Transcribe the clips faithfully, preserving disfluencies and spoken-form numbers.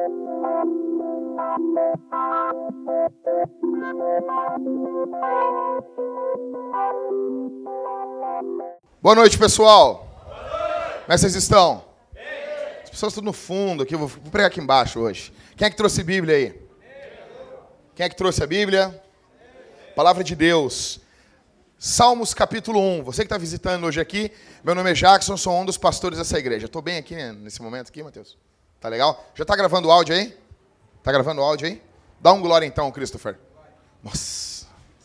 Boa noite, pessoal. Boa noite. Como é que vocês estão? Bem. As pessoas estão no fundo aqui, eu vou pregar aqui embaixo hoje. Quem é que trouxe Bíblia aí? Bem. Quem é que trouxe a Bíblia? Bem. Palavra de Deus. Salmos capítulo um. Você que está visitando hoje aqui, meu nome é Jackson, sou um dos pastores dessa igreja. Estou bem aqui né, nesse momento aqui, Matheus? Tá legal? Já está gravando o áudio aí? Tá gravando o áudio aí? Dá um glória então, Christopher. Nossa.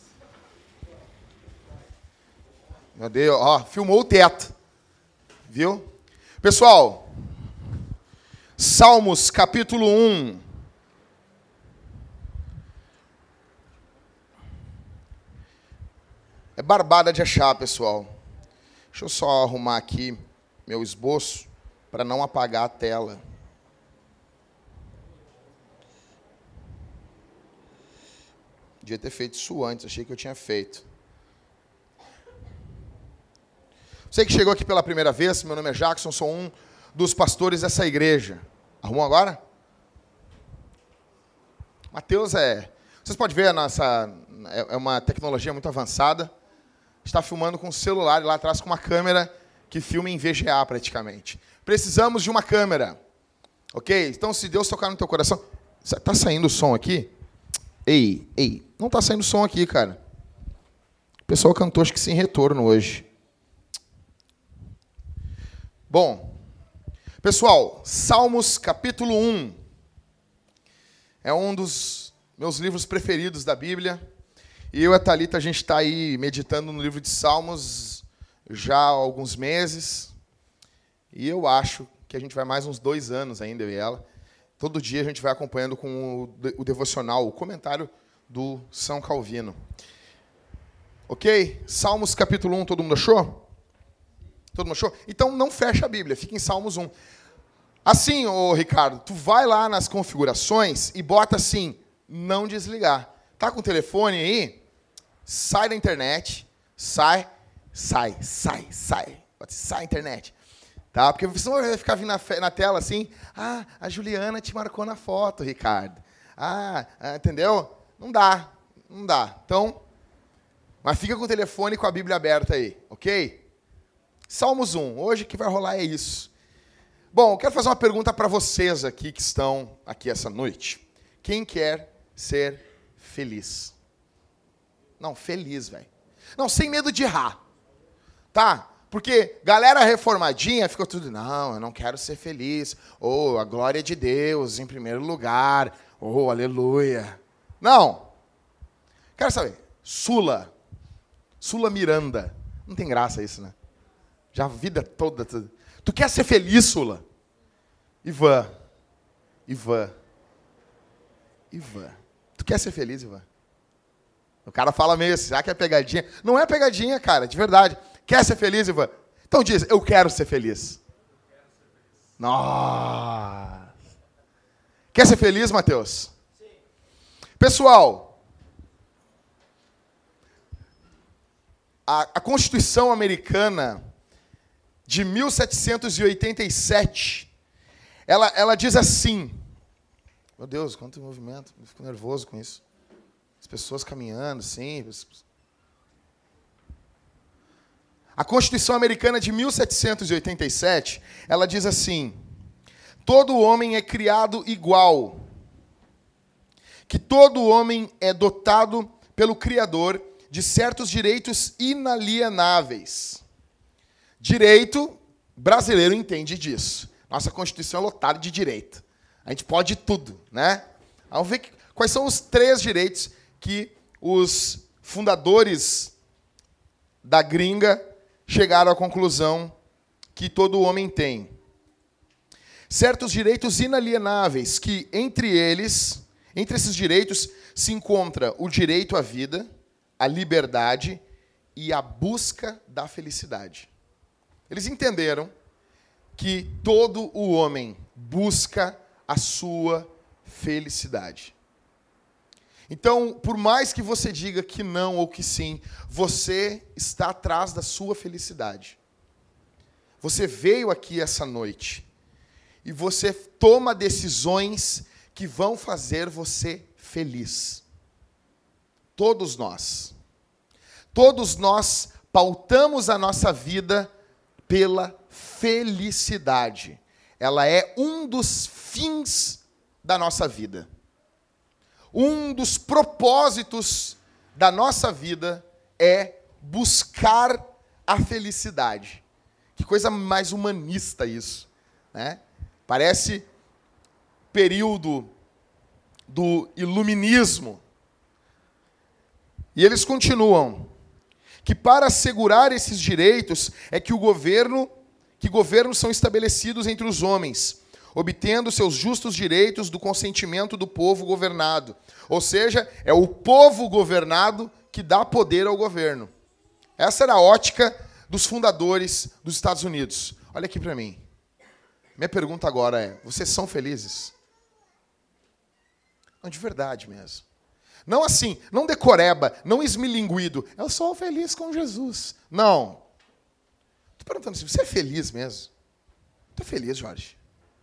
Meu Deus, ó, filmou o teto. Viu? Pessoal, Salmos capítulo um. É barbada de achar, pessoal. Deixa eu só arrumar aqui meu esboço para não apagar a tela. Devia ter feito isso antes, achei que eu tinha feito. Você que chegou aqui pela primeira vez, meu nome é Jackson, sou um dos pastores dessa igreja. Arrumou agora? Mateus é... Vocês podem ver, a nossa, é uma tecnologia muito avançada. Está filmando com o celular e lá atrás com uma câmera que filma em V G A praticamente. Precisamos de uma câmera. Ok? Então, se Deus tocar no teu coração... Está saindo o som aqui? Ei, ei, não está saindo som aqui, cara. O pessoal cantou, acho que sem retorno hoje. Bom, pessoal, Salmos capítulo um é um dos meus livros preferidos da Bíblia. E eu e a Thalita, a gente está aí meditando no livro de Salmos já há alguns meses. E eu acho que a gente vai mais uns dois anos ainda, eu e ela. Todo dia a gente vai acompanhando com o devocional, o comentário do São Calvino. Ok? Salmos capítulo um, todo mundo achou? Todo mundo achou? Então não fecha a Bíblia, fica em Salmos um. Assim, ô Ricardo, tu vai lá nas configurações e bota assim, não desligar. Tá com o telefone aí? Sai da internet, sai, sai, sai, sai. Sai da internet. Tá? Porque senão vai ficar vindo na, na tela assim, ah, a Juliana te marcou na foto, Ricardo. Ah, ah, entendeu? Não dá, não dá. Então, mas fica com o telefone e com a Bíblia aberta aí, ok? Salmos um, hoje que vai rolar é isso. Bom, eu quero fazer uma pergunta para vocês aqui que estão aqui essa noite. Quem quer ser feliz? Não, feliz, velho. Não, sem medo de errar. Tá? Porque galera reformadinha ficou tudo, não, eu não quero ser feliz. Ou oh, a glória de Deus em primeiro lugar. Oh, aleluia. Não. Quero saber. Sula. Sula Miranda. Não tem graça isso, né? Já a vida toda. toda. Tu quer ser feliz, Sula? Ivan. Ivan. Ivan. Tu quer ser feliz, Ivan? O cara fala meio assim, será que é pegadinha? Não é pegadinha, cara, de verdade. Quer ser feliz, Ivan? Então diz, eu quero ser feliz. Nossa. Quer ser feliz, Matheus? Sim. Pessoal, a, a Constituição Americana de mil setecentos e oitenta e sete, ela, ela diz assim, meu Deus, quanto movimento, eu fico nervoso com isso. As pessoas caminhando, assim. A Constituição Americana de mil setecentos e oitenta e sete, ela diz assim, todo homem é criado igual, que todo homem é dotado pelo Criador de certos direitos inalienáveis. Direito, brasileiro entende disso. Nossa Constituição é lotada de direito. A gente pode tudo, né? Vamos ver que, quais são os três direitos que os fundadores da gringa chegaram à conclusão que todo homem tem. Certos direitos inalienáveis, que entre eles, entre esses direitos, se encontra o direito à vida, a liberdade e a busca da felicidade. Eles entenderam que todo o homem busca a sua felicidade. Então, por mais que você diga que não ou que sim, você está atrás da sua felicidade. Você veio aqui essa noite e você toma decisões que vão fazer você feliz. Todos nós. Todos nós pautamos a nossa vida pela felicidade. Ela é um dos fins da nossa vida. Um dos propósitos da nossa vida é buscar a felicidade. Que coisa mais humanista isso, né? Parece período do iluminismo. E eles continuam que para assegurar esses direitos é que o governo, que governos são estabelecidos entre os homens, obtendo seus justos direitos do consentimento do povo governado. Ou seja, é o povo governado que dá poder ao governo. Essa era a ótica dos fundadores dos Estados Unidos. Olha aqui para mim. Minha pergunta agora é, vocês são felizes? Não, de verdade mesmo. Não assim, não decoreba, não esmilinguido. Eu sou feliz com Jesus. Não. Estou perguntando assim, você é feliz mesmo? Estou feliz, Jorge.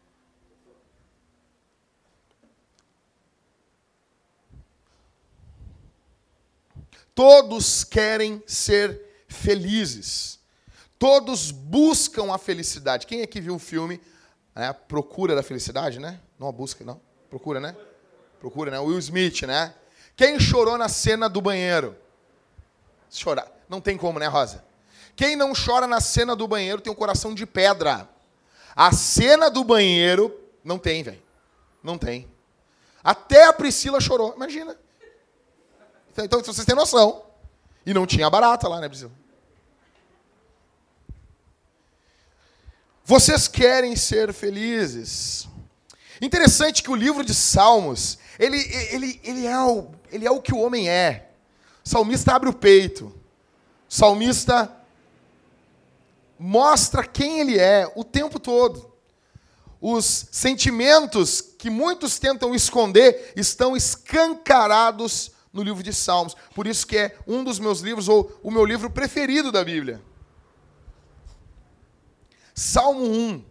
Todos querem ser felizes. Todos buscam a felicidade. Quem aqui viu o filme né, Procura da Felicidade, né? Não a busca, não. Procura, né? Procura, né? Will Smith, né? Quem chorou na cena do banheiro? Chorar. Não tem como, né, Rosa? Quem não chora na cena do banheiro tem um coração de pedra. A cena do banheiro não tem, velho. Não tem. Até a Priscila chorou. Imagina. Então, vocês têm noção. E não tinha barata lá, né, Priscila? Vocês querem ser felizes. Interessante que o livro de Salmos, ele, ele, ele, é, o, ele é o que o homem é. O salmista abre o peito. O salmista mostra quem ele é o tempo todo. Os sentimentos que muitos tentam esconder estão escancarados no livro de Salmos. Por isso que é um dos meus livros, ou o meu livro preferido da Bíblia. Salmo um.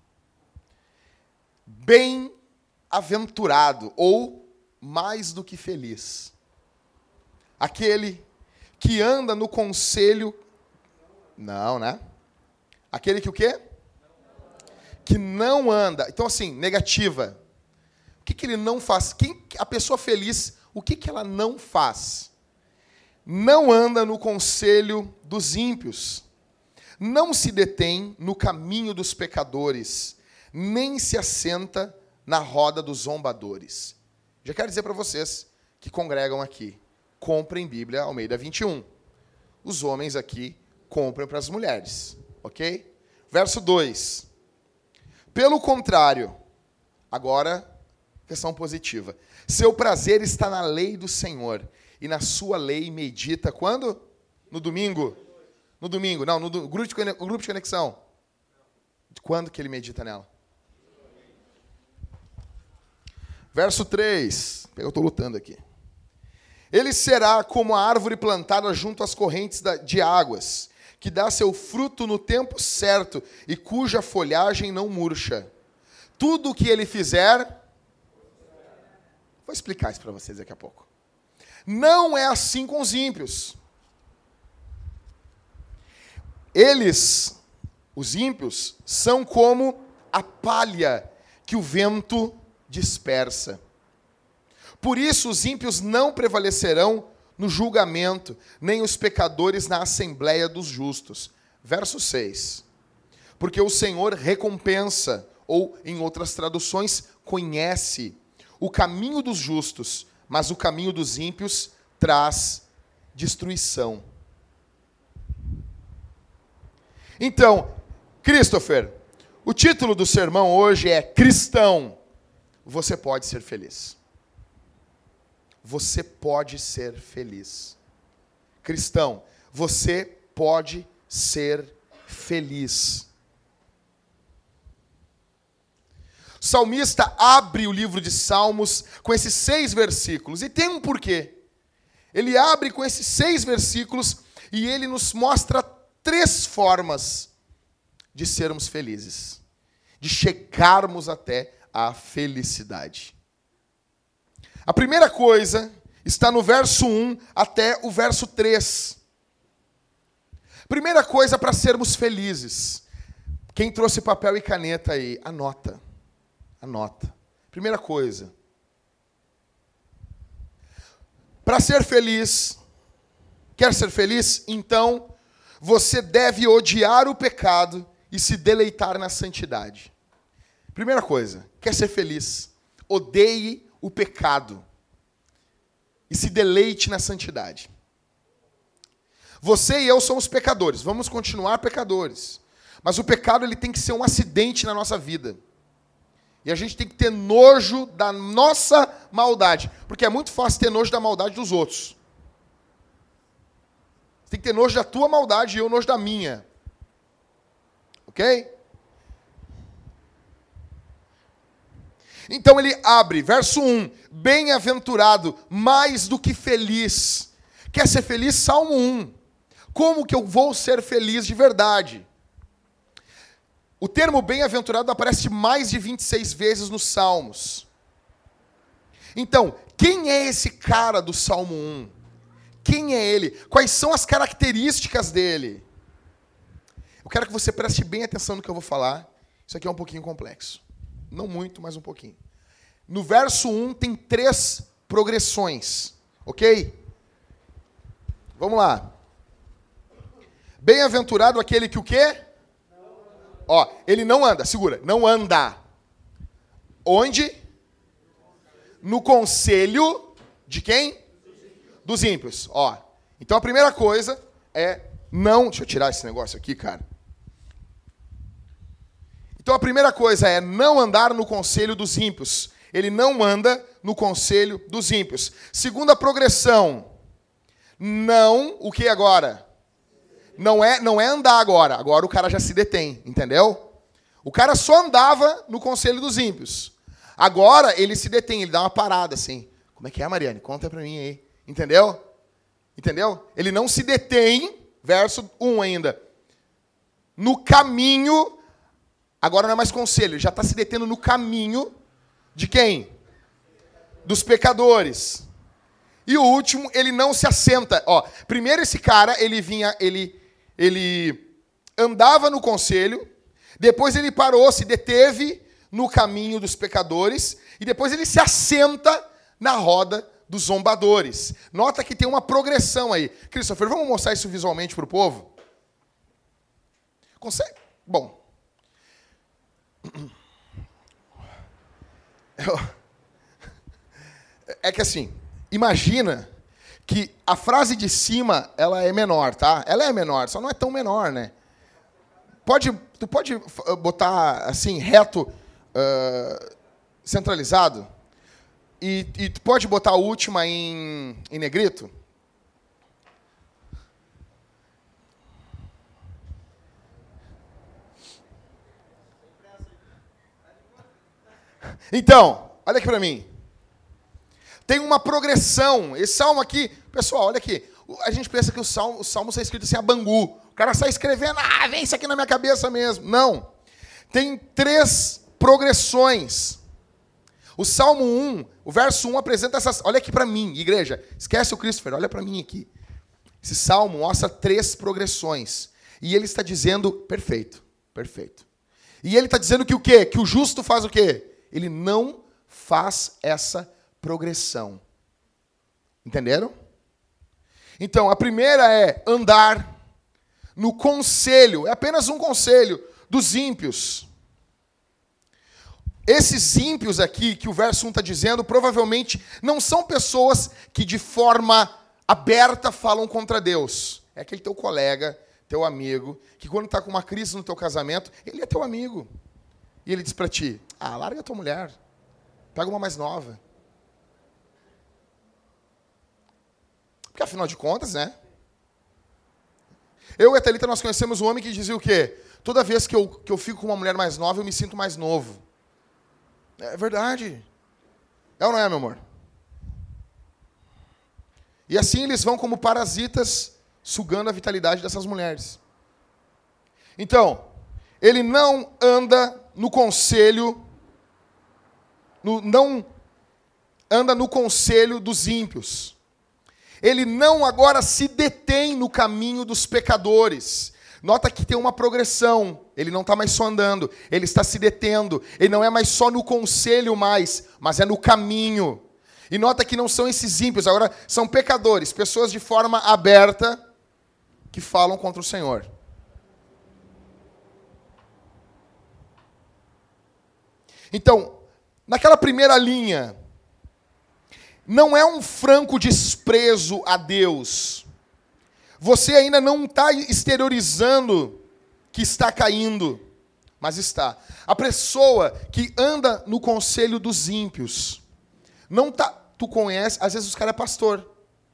Bem-aventurado, ou mais do que feliz. Aquele que anda no conselho... Não, né? Aquele que o quê? Que não anda. Então, assim, negativa. O que, que ele não faz? Quem, a pessoa feliz, o que, que ela não faz? Não anda no conselho dos ímpios. Não se detém no caminho dos pecadores, nem se assenta na roda dos zombadores. Já quero dizer para vocês que congregam aqui, comprem Bíblia Almeida vinte e um. Os homens aqui comprem para as mulheres, ok? Verso dois. Pelo contrário, agora, questão positiva. Seu prazer está na lei do Senhor, e na sua lei medita quando? No domingo? No domingo, não, no do, grupo, de, grupo de conexão. Quando que ele medita nela? Verso três. Eu estou lutando aqui. Ele será como a árvore plantada junto às correntes de águas, que dá seu fruto no tempo certo e cuja folhagem não murcha. Tudo o que ele fizer... Vou explicar isso para vocês daqui a pouco. Não é assim com os ímpios. Eles, os ímpios, são como a palha que o vento dispersa. Por isso os ímpios não prevalecerão no julgamento, nem os pecadores na assembleia dos justos. Verso seis. Porque o Senhor recompensa, ou, em outras traduções, conhece o caminho dos justos, mas o caminho dos ímpios traz destruição. Então, Christopher, o título do sermão hoje é Cristão, você pode ser feliz. Você pode ser feliz. Cristão, você pode ser feliz. O salmista abre o livro de Salmos com esses seis versículos, e tem um porquê. Ele abre com esses seis versículos e ele nos mostra três formas de sermos felizes, de chegarmos até a felicidade. A primeira coisa está no verso um até o verso três. Primeira coisa para sermos felizes. Quem trouxe papel e caneta aí, anota. Anota. Primeira coisa. Para ser feliz, quer ser feliz? Então, você deve odiar o pecado e se deleitar na santidade. Primeira coisa, quer ser feliz? Odeie o pecado e se deleite na santidade. Você e eu somos pecadores, vamos continuar pecadores. Mas o pecado ele tem que ser um acidente na nossa vida. E a gente tem que ter nojo da nossa maldade. Porque é muito fácil ter nojo da maldade dos outros. Você tem que ter nojo da tua maldade e eu nojo da minha. Ok? Então ele abre, verso um. Bem-aventurado, mais do que feliz. Quer ser feliz? Salmo um. Como que eu vou ser feliz de verdade? O termo bem-aventurado aparece mais de vinte e seis vezes nos Salmos. Então, quem é esse cara do Salmo um? Quem é ele? Quais são as características dele? Eu quero que você preste bem atenção no que eu vou falar. Isso aqui é um pouquinho complexo. Não muito, mas um pouquinho. No verso um tem três progressões. Ok? Vamos lá. Bem-aventurado aquele que o quê? Ó, ele não anda, segura, não anda. Onde? No conselho de quem? Dos ímpios. Ó, então a primeira coisa é não... Deixa eu tirar esse negócio aqui, cara. Então a primeira coisa é não andar no conselho dos ímpios. Ele não anda no conselho dos ímpios. Segunda progressão. Não, o que agora? Não é, não é andar agora. Agora o cara já se detém, entendeu? O cara só andava no conselho dos ímpios. Agora ele se detém, ele dá uma parada assim. Como é que é, Mariane? Conta pra mim aí. Entendeu? Entendeu? Ele não se detém, verso um ainda. No caminho, agora não é mais conselho, ele já está se detendo no caminho de quem? Dos pecadores. E o último, ele não se assenta. Ó, primeiro esse cara, ele vinha, ele, ele andava no conselho, depois ele parou, se deteve no caminho dos pecadores, e depois ele se assenta na roda dos zombadores. Nota que tem uma progressão aí. Christopher, vamos mostrar isso visualmente para o povo? Consegue? Bom. É que assim, imagina que a frase de cima, ela é menor, tá? Ela é menor, só não é tão menor, né? Pode, tu pode botar assim, reto, uh, centralizado? E, e tu pode botar a última em, em negrito? Então, olha aqui para mim. Tem uma progressão. Esse salmo aqui, pessoal, olha aqui. A gente pensa que o salmo, o salmo está escrito assim a bangu. O cara sai escrevendo, ah, vem isso aqui na minha cabeça mesmo. Não. Tem três progressões. O Salmo um, o verso um apresenta essas... Olha aqui para mim, igreja. Esquece o Christopher, olha para mim aqui. Esse salmo mostra três progressões. E ele está dizendo, perfeito, perfeito. E ele está dizendo que o quê? Que o justo faz o quê? Ele não faz essa progressão. Entenderam? Então, a primeira é andar no conselho, é apenas um conselho, dos ímpios. Esses ímpios aqui, que o verso um está dizendo, provavelmente não são pessoas que de forma aberta falam contra Deus. É aquele teu colega, teu amigo, que quando está com uma crise no teu casamento, ele é teu amigo. E ele diz para ti, ah, larga a tua mulher, pega uma mais nova. Porque afinal de contas, né? Eu e a Thalita, nós conhecemos um homem que dizia o quê? Toda vez que eu, que eu fico com uma mulher mais nova, eu me sinto mais novo. É verdade. É ou não é, meu amor? E assim eles vão como parasitas, sugando a vitalidade dessas mulheres. Então, ele não anda no conselho, no, não anda no conselho dos ímpios. Ele não agora se detém no caminho dos pecadores. Nota que tem uma progressão. Ele não está mais só andando, ele está se detendo. Ele não é mais só no conselho mais, mas é no caminho. E nota que não são esses ímpios, agora são pecadores, pessoas de forma aberta que falam contra o Senhor. Então, naquela primeira linha, não é um franco desprezo a Deus. Você ainda não está exteriorizando que está caindo, mas está. A pessoa que anda no conselho dos ímpios, não tá, tu conhece, às vezes os caras é pastor.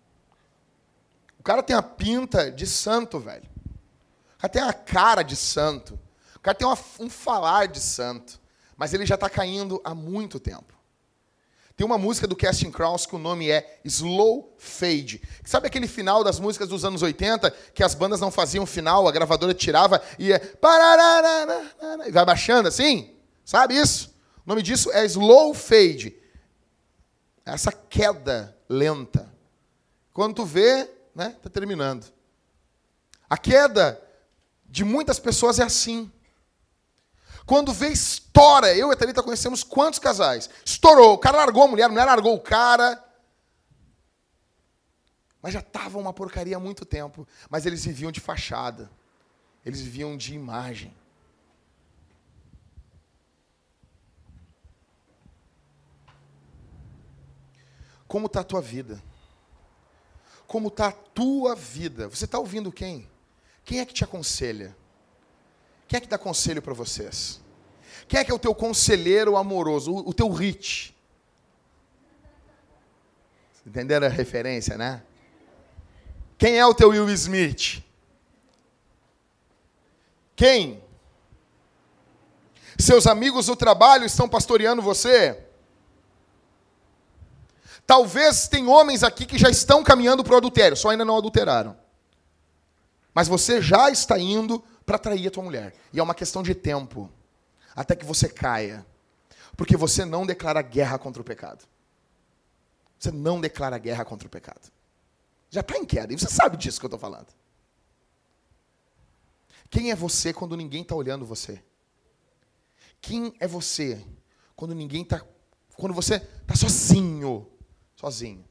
O cara tem a pinta de santo, velho. O cara tem a cara de santo. O cara tem uma, um falar de santo. Mas ele já está caindo há muito tempo. Tem uma música do Casting Crowns que o nome é Slow Fade. Sabe aquele final das músicas dos anos oitenta, que as bandas não faziam final, a gravadora tirava e ia... E vai baixando assim? Sabe isso? O nome disso é Slow Fade. Essa queda lenta. Quando tu vê, né, tá terminando. A queda de muitas pessoas é assim. Quando vê, estoura. Eu e a Thalita conhecemos quantos casais? Estourou. O cara largou a mulher, a mulher largou o cara. Mas já estava uma porcaria há muito tempo. Mas eles viviam de fachada. Eles viviam de imagem. Como está a tua vida? Como está a tua vida? Você está ouvindo quem? Quem é que te aconselha? Quem é que dá conselho para vocês? Quem é que é o teu conselheiro amoroso? O, o teu hit? Entenderam a referência, né? Quem é o teu Will Smith? Quem? Seus amigos do trabalho estão pastoreando você? Talvez tem homens aqui que já estão caminhando para o adultério, só ainda não adulteraram. Mas você já está indo para atrair a tua mulher. E é uma questão de tempo, até que você caia. Porque você não declara guerra contra o pecado. Você não declara guerra contra o pecado. Já está em queda, e você sabe disso que eu estou falando. Quem é você quando ninguém está olhando você? Quem é você quando ninguém está... Quando você está sozinho? Sozinho.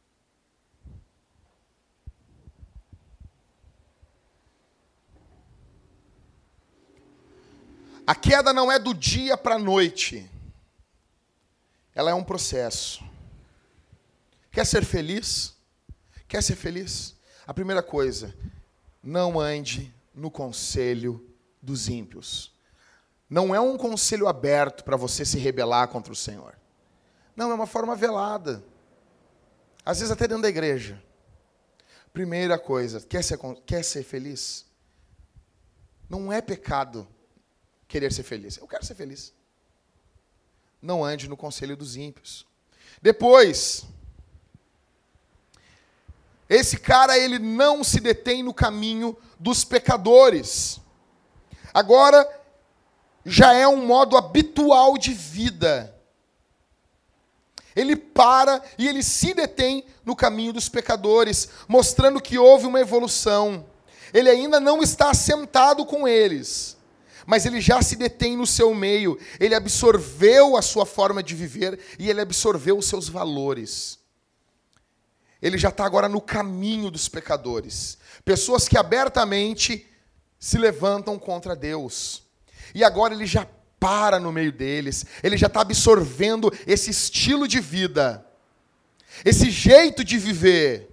A queda não é do dia para a noite. Ela é um processo. Quer ser feliz? Quer ser feliz? A primeira coisa, não ande no conselho dos ímpios. Não é um conselho aberto para você se rebelar contra o Senhor. Não, é uma forma velada. Às vezes até dentro da igreja. Primeira coisa, quer ser, quer ser feliz? Não é pecado querer ser feliz. Eu quero ser feliz. Não ande no conselho dos ímpios. Depois, esse cara, ele não se detém no caminho dos pecadores. Agora, já é um modo habitual de vida. Ele para e ele se detém no caminho dos pecadores, mostrando que houve uma evolução. Ele ainda não está assentado com eles, mas ele já se detém no seu meio. Ele absorveu a sua forma de viver e ele absorveu os seus valores. Ele já está agora no caminho dos pecadores. Pessoas que abertamente se levantam contra Deus. E agora ele já para no meio deles. Ele já está absorvendo esse estilo de vida. Esse jeito de viver.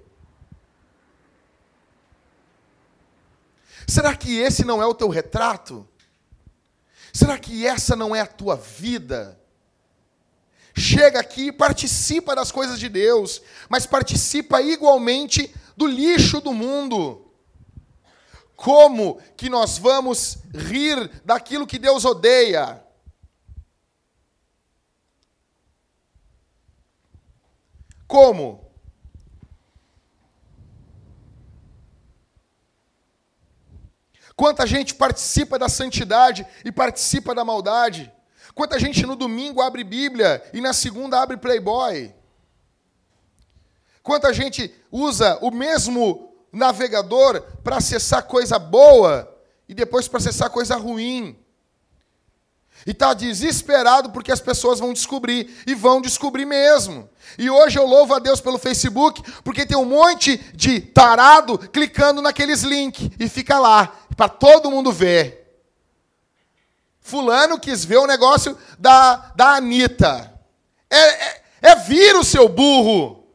Será que esse não é o teu retrato? Será que essa não é a tua vida? Chega aqui e participa das coisas de Deus, mas participa igualmente do lixo do mundo. Como que nós vamos rir daquilo que Deus odeia? Como? Quanta gente participa da santidade e participa da maldade? Quanta gente no domingo abre Bíblia e na segunda abre Playboy? Quanta gente usa o mesmo navegador para acessar coisa boa e depois para acessar coisa ruim. E está desesperado porque as pessoas vão descobrir, e vão descobrir mesmo. E hoje eu louvo a Deus pelo Facebook, porque tem um monte de tarado clicando naqueles links, e fica lá, para todo mundo ver. Fulano quis ver o negócio da, da Anitta. É, é, é vírus, seu burro.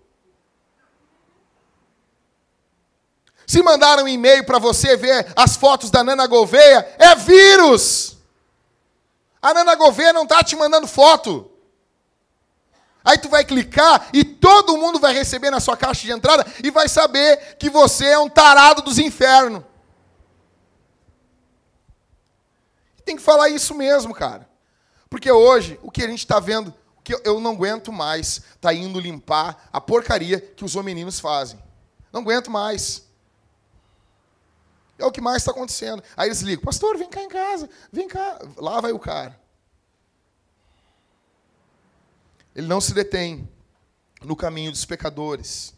Se mandaram um e-mail para você ver as fotos da Nana Gouveia, é vírus. A Nana Gouveia não está te mandando foto. Aí tu vai clicar e todo mundo vai receber na sua caixa de entrada e vai saber que você é um tarado dos infernos. Tem que falar isso mesmo, cara. Porque hoje, o que a gente está vendo, o que eu não aguento mais, está indo limpar a porcaria que os homeninos fazem. Não aguento mais. É o que mais está acontecendo. Aí eles ligam, pastor, vem cá em casa, vem cá. Lá vai o cara. Ele não se detém no caminho dos pecadores.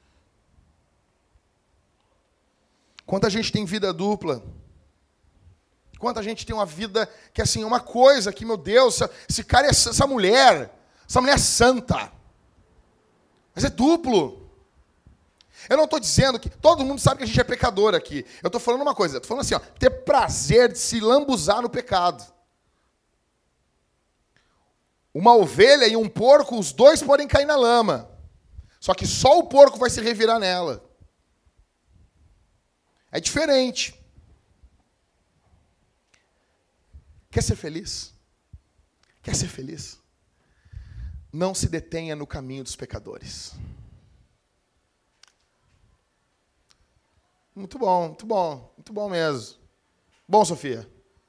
Quanta gente tem vida dupla. Quanta gente tem uma vida que, assim, é uma coisa que, meu Deus, esse cara, é, essa mulher, essa mulher é santa. Mas é duplo. Eu não estou dizendo que... Todo mundo sabe que a gente é pecador aqui. Eu estou falando uma coisa. Estou falando assim, ó, ter prazer de se lambuzar no pecado. Uma ovelha e um porco, os dois podem cair na lama. Só que só o porco vai se revirar nela. É diferente. Quer ser feliz? Quer ser feliz? Não se detenha no caminho dos pecadores. Muito bom, muito bom, muito bom mesmo. Bom, Sofia.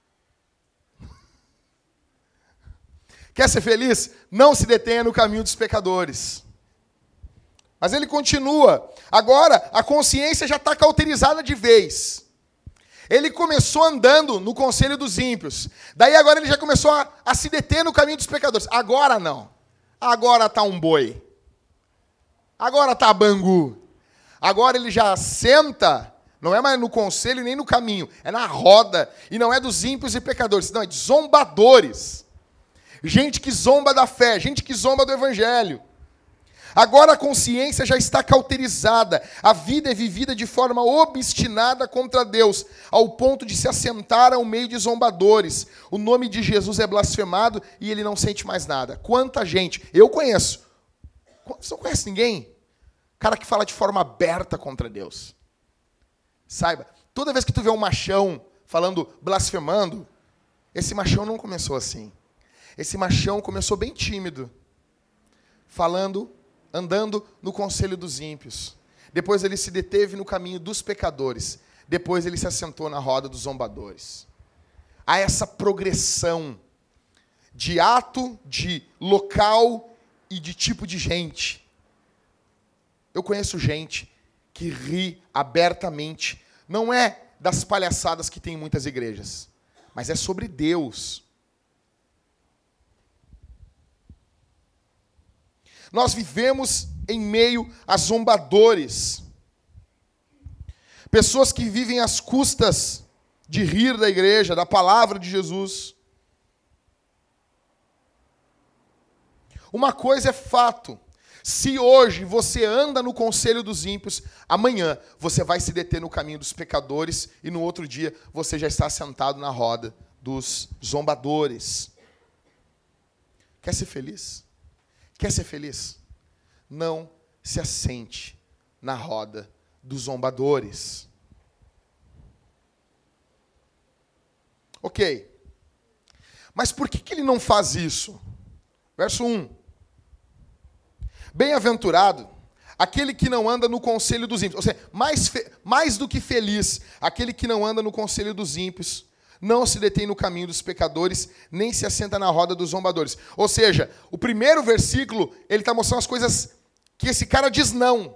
Quer ser feliz? Não se detenha no caminho dos pecadores. Mas ele continua. Agora, a consciência já está cauterizada de vez. Ele começou andando no conselho dos ímpios. Daí agora ele já começou a, a se deter no caminho dos pecadores. Agora não. Agora está um boi. Agora está Bangu. Agora ele já senta, não é mais no conselho nem no caminho, é na roda. E não é dos ímpios e pecadores, não, é de zombadores. Gente que zomba da fé, gente que zomba do evangelho. Agora a consciência já está cauterizada. A vida é vivida de forma obstinada contra Deus, ao ponto de se assentar ao meio de zombadores. O nome de Jesus é blasfemado e ele não sente mais nada. Quanta gente, eu conheço. Você não conhece ninguém? Cara que fala de forma aberta contra Deus. Saiba, toda vez que tu vê um machão falando, blasfemando, esse machão não começou assim. Esse machão começou bem tímido, falando, andando no conselho dos ímpios. Depois ele se deteve no caminho dos pecadores. Depois ele se assentou na roda dos zombadores. Há essa progressão de ato, de local e de tipo de gente. Eu conheço gente que ri abertamente. Não é das palhaçadas que tem em muitas igrejas, mas é sobre Deus. Nós vivemos em meio a zombadores. Pessoas que vivem às custas de rir da igreja, da palavra de Jesus. Uma coisa é fato. Se hoje você anda no conselho dos ímpios, amanhã você vai se deter no caminho dos pecadores e no outro dia você já está sentado na roda dos zombadores. Quer ser feliz? Quer ser feliz? Não se assente na roda dos zombadores. Ok. Mas por que que ele não faz isso? Verso um. Bem-aventurado aquele que não anda no conselho dos ímpios. Ou seja, mais, fe- mais do que feliz, aquele que não anda no conselho dos ímpios, não se detém no caminho dos pecadores, nem se assenta na roda dos zombadores. Ou seja, o primeiro versículo, ele está mostrando as coisas que esse cara diz não.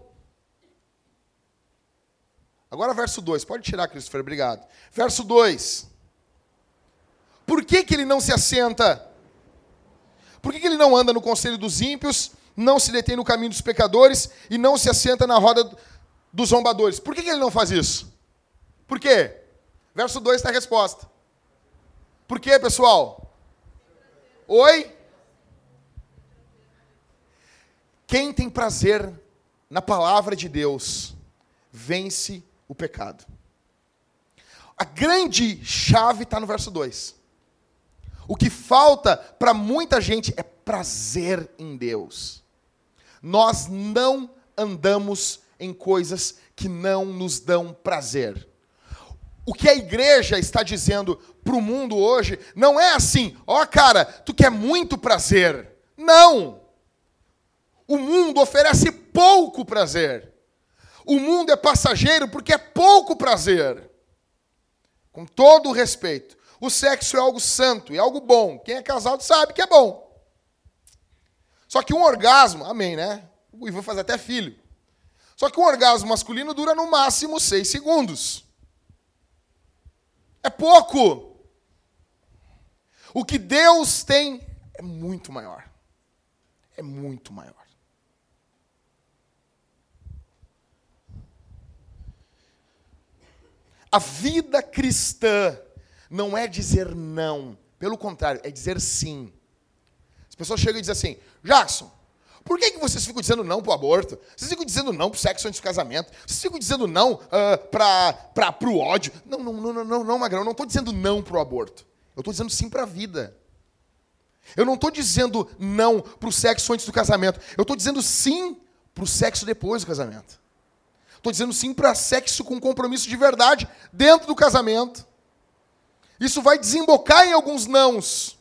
Agora verso dois. Pode tirar, Christopher, obrigado. Verso dois. Por que que ele não se assenta? Por que que ele não anda no conselho dos ímpios não se detém no caminho dos pecadores e não se assenta na roda dos zombadores. Por que que ele não faz isso? Por quê? Verso dois está a resposta. Por quê, pessoal? Oi? Quem tem prazer na palavra de Deus vence o pecado. A grande chave está no verso dois. O que falta para muita gente é prazer em Deus. Nós não andamos em coisas que não nos dão prazer. O que a igreja está dizendo para o mundo hoje não é assim, ó oh, cara, tu quer muito prazer. Não! O mundo oferece pouco prazer. O mundo é passageiro porque é pouco prazer. Com todo o respeito. O sexo é algo santo, é algo bom. Quem é casado sabe que é bom. Só que um orgasmo, amém, né? E vou fazer até filho. Só que um orgasmo masculino dura no máximo seis segundos. É pouco. O que Deus tem é muito maior. É muito maior. A vida cristã não é dizer não. Pelo contrário, é dizer sim. As pessoas chegam e dizem assim, Jackson, por que, que vocês ficam dizendo não para o aborto? Vocês ficam dizendo não para o sexo antes do casamento? Vocês ficam dizendo não uh, para o ódio? Não, não, não, não, não, não, Magrão, eu não estou dizendo não para o aborto. Eu estou dizendo sim para a vida. Eu não estou dizendo não para o sexo antes do casamento. Eu estou dizendo sim para o sexo depois do casamento. Estou dizendo sim para sexo com compromisso de verdade dentro do casamento. Isso vai desembocar em alguns nãos.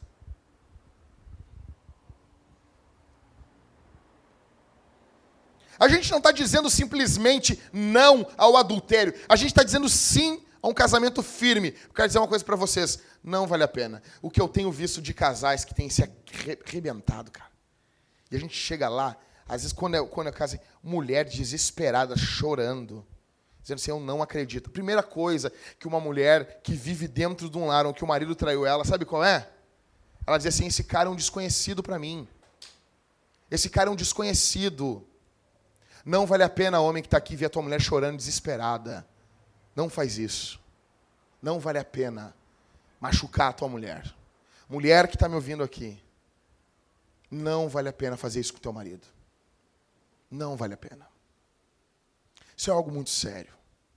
A gente não está dizendo simplesmente não ao adultério. A gente está dizendo sim a um casamento firme. Eu quero dizer uma coisa para vocês. Não vale a pena. O que eu tenho visto de casais que têm se arrebentado, cara. E a gente chega lá, às vezes quando eu, quando eu caso, mulher desesperada, chorando, dizendo assim, eu não acredito. A primeira coisa que uma mulher que vive dentro de um lar onde o marido traiu ela, sabe qual é? Ela diz assim, esse cara é um desconhecido para mim. Esse cara é um desconhecido. Não vale a pena, homem que está aqui, ver a tua mulher chorando desesperada. Não faz isso. Não vale a pena machucar a tua mulher. Mulher que está me ouvindo aqui, não vale a pena fazer isso com o teu marido. Não vale a pena. Isso é algo muito sério.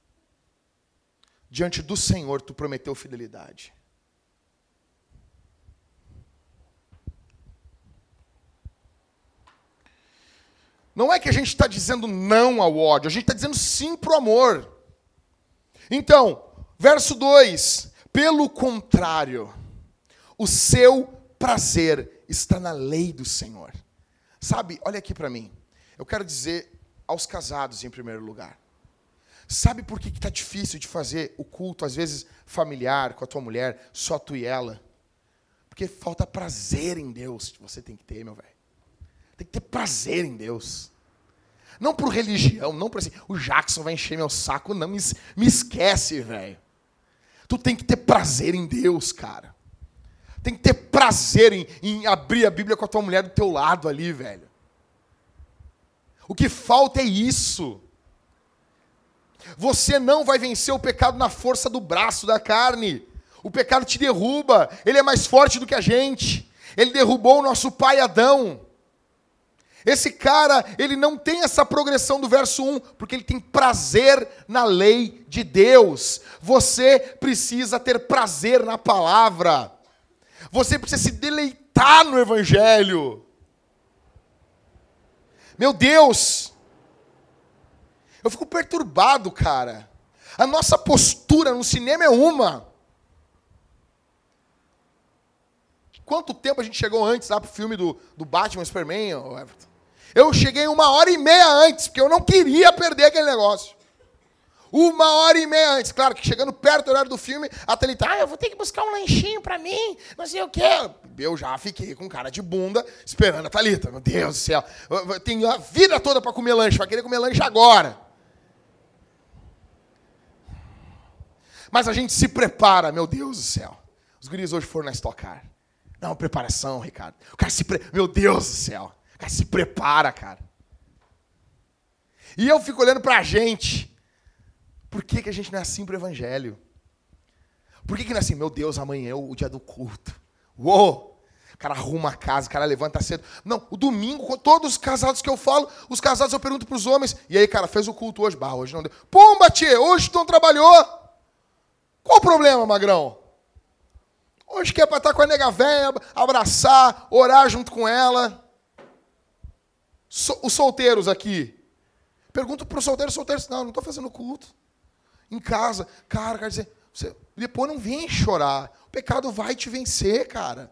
Diante do Senhor, tu prometeu fidelidade. Não é que a gente está dizendo não ao ódio, a gente está dizendo sim para o amor. Então, verso dois. Pelo contrário, o seu prazer está na lei do Senhor. Sabe, olha aqui para mim. Eu quero dizer aos casados em primeiro lugar. Sabe por que está difícil de fazer o culto, às vezes, familiar, com a tua mulher, só tu e ela? Porque falta prazer em Deus. Você tem que ter, meu velho. Tem que ter prazer em Deus. Não por religião, não por assim, o Jackson vai encher meu saco, não, me, me esquece, velho. Tu tem que ter prazer em Deus, cara. Tem que ter prazer em, em abrir a Bíblia com a tua mulher do teu lado ali, velho. O que falta é isso. Você não vai vencer o pecado na força do braço, da carne. O pecado te derruba, ele é mais forte do que a gente. Ele derrubou o nosso pai Adão. Esse cara, ele não tem essa progressão do verso um, porque ele tem prazer na lei de Deus. Você precisa ter prazer na palavra. Você precisa se deleitar no Evangelho. Meu Deus! Eu fico perturbado, cara. A nossa postura no cinema é uma. Quanto tempo a gente chegou antes lá pro filme do, do Batman, Superman, Everton? Eu cheguei uma hora e meia antes, porque eu não queria perder aquele negócio. Uma hora e meia antes. Claro que chegando perto do horário do filme, a Thalita, ah, eu vou ter que buscar um lanchinho pra mim, não sei o quê. Eu já fiquei com cara de bunda, esperando a Thalita. Meu Deus do céu. Eu tenho a vida toda pra comer lanche, vai querer comer lanche agora. Mas a gente se prepara, meu Deus do céu. Os guris hoje foram na Stock Car. Não, preparação, Ricardo. O cara se pre... Meu Deus do céu. Cara, se prepara, cara. E eu fico olhando pra gente. Por que, que a gente não é assim pro evangelho? Por que, que não é assim? Meu Deus, amanhã é o dia do culto. Uou! O cara arruma a casa, o cara levanta cedo. Não, o domingo, todos os casados que eu falo, os casados eu pergunto pros homens. E aí, cara, fez o culto hoje? Bah, hoje não deu. Pumba, tchê, hoje tu não trabalhou. Qual o problema, magrão? Hoje que é pra estar com a nega véia, abraçar, orar junto com ela. So, os solteiros aqui. Pergunto pros solteiros, solteiros, não, não tô fazendo culto. Em casa. Cara, quer dizer, você, depois não vem chorar. O pecado vai te vencer, cara.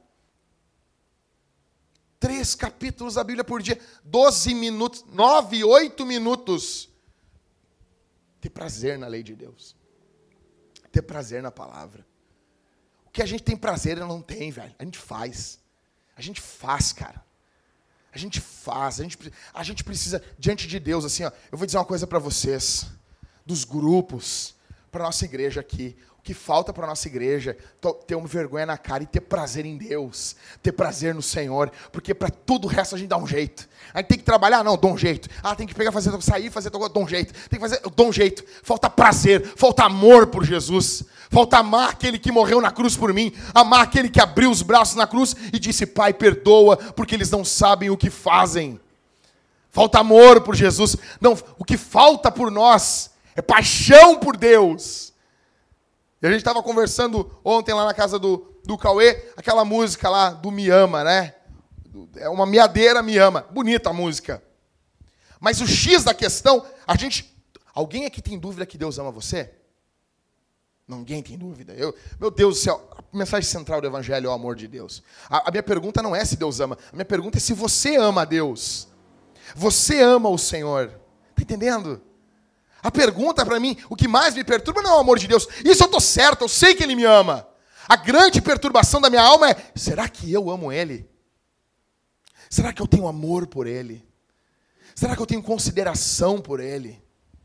Três capítulos da Bíblia por dia, doze minutos, nove, oito minutos. Ter prazer na lei de Deus. Ter prazer na palavra. O que a gente tem prazer, não tem, velho. A gente faz. A gente faz, cara. A gente faz. A gente, a gente precisa, diante de Deus, assim, ó. Eu vou dizer uma coisa para vocês. Dos grupos, para nossa igreja aqui. O que falta para a nossa igreja é ter uma vergonha na cara e ter prazer em Deus, ter prazer no Senhor, porque para tudo o resto a gente dá um jeito. A gente tem que trabalhar? Não, dá um jeito. Ah, tem que pegar, fazer, sair, fazer, dá um jeito. Tem que fazer, dá um jeito. Falta prazer, falta amor por Jesus, falta amar aquele que morreu na cruz por mim, amar aquele que abriu os braços na cruz e disse, Pai, perdoa, porque eles não sabem o que fazem. Falta amor por Jesus. Não, o que falta por nós é paixão por Deus. E a gente estava conversando ontem lá na casa do, do Cauê, aquela música lá do Me Ama, né? É uma miadeira me ama. Bonita a música. Mas o X da questão, a gente... Alguém aqui tem dúvida que Deus ama você? Ninguém tem dúvida. Eu, meu Deus do céu, a mensagem central do Evangelho é o amor de Deus. A, a minha pergunta não é se Deus ama. A minha pergunta é se você ama a Deus. Você ama o Senhor. Está entendendo? A pergunta para mim, o que mais me perturba não é o amor de Deus. Isso eu estou certo, eu sei que Ele me ama. A grande perturbação da minha alma é, será que eu amo Ele? Será que eu tenho amor por Ele? Será que eu tenho consideração por Ele?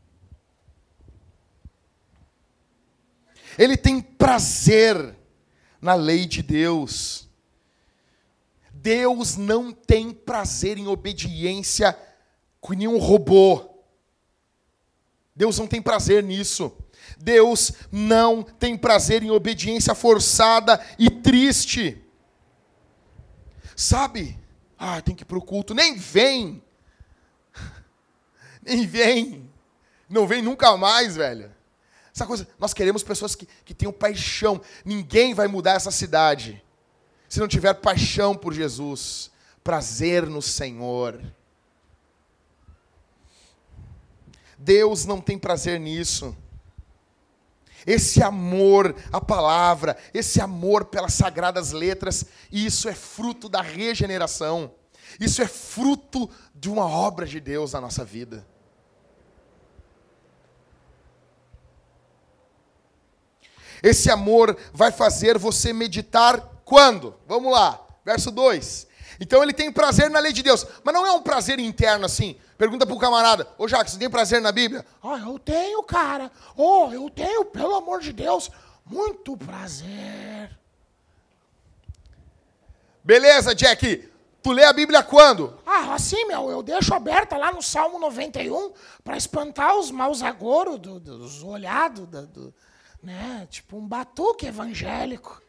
Ele tem prazer na lei de Deus. Deus não tem prazer em obediência com nenhum robô. Deus não tem prazer nisso. Deus não tem prazer em obediência forçada e triste. Sabe? Ah, tem que ir para o culto. Nem vem. Nem vem. Não vem nunca mais, velho. Essa coisa, nós queremos pessoas que, que tenham paixão. Ninguém vai mudar essa cidade se não tiver paixão por Jesus. Prazer no Senhor. Deus não tem prazer nisso. Esse amor à palavra, esse amor pelas sagradas letras, isso é fruto da regeneração. Isso é fruto de uma obra de Deus na nossa vida. Esse amor vai fazer você meditar quando? Vamos lá, verso dois. Então ele tem prazer na lei de Deus, mas não é um prazer interno assim. Pergunta para o camarada, ô Jacques, você tem prazer na Bíblia? Ah, eu tenho, cara. Oh, eu tenho, pelo amor de Deus, muito prazer. Beleza, Jack. Tu lê a Bíblia quando? Ah, assim, meu, eu deixo aberta lá no Salmo noventa e um para espantar os maus agouros do, dos olhados, do, do, né? Tipo um batuque evangélico.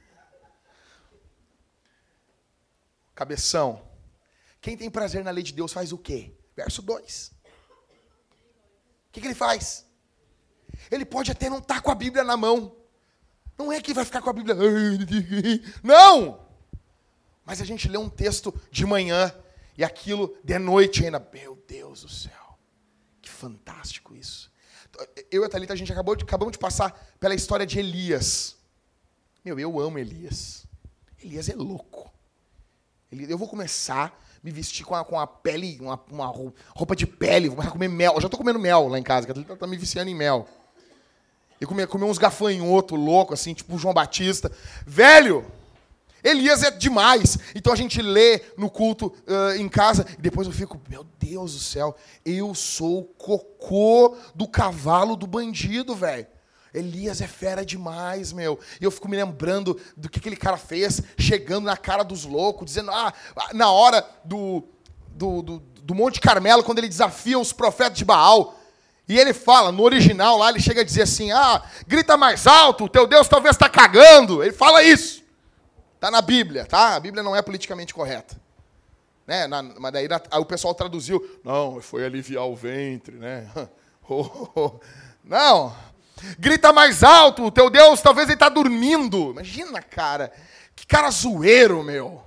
Cabeção. Quem tem prazer na lei de Deus faz o quê? Verso dois. O que, que ele faz? Ele pode até não estar com a Bíblia na mão. Não é que vai ficar com a Bíblia. Não! Mas a gente lê um texto de manhã e aquilo de noite ainda. Meu Deus do céu. Que fantástico isso. Eu e a Thalita, a gente acabou de, acabamos de passar pela história de Elias. Meu, eu amo Elias. Elias é louco. Eu vou começar a me vestir com a, com a pele, uma, uma roupa de pele, vou começar a comer mel. Eu já estou comendo mel lá em casa, que ela está me viciando em mel. Eu comer, comer uns gafanhotos loucos, assim, tipo o João Batista. Velho, Elias é demais. Então a gente lê no culto uh, em casa, e depois eu fico, meu Deus do céu, eu sou o cocô do cavalo do bandido, velho. Elias é fera demais, meu. E eu fico me lembrando do que aquele cara fez, chegando na cara dos loucos, dizendo, ah, na hora do, do, do, do Monte Carmelo, quando ele desafia os profetas de Baal. E ele fala, no original lá, ele chega a dizer assim, ah, grita mais alto, o teu Deus talvez está cagando. Ele fala isso. Está na Bíblia, tá? A Bíblia não é politicamente correta. Né? Na, mas daí aí o pessoal traduziu, não, foi aliviar o ventre, né? Oh, oh, oh. Não, grita mais alto, o teu Deus talvez ele está dormindo. Imagina, cara, que cara zoeiro, meu.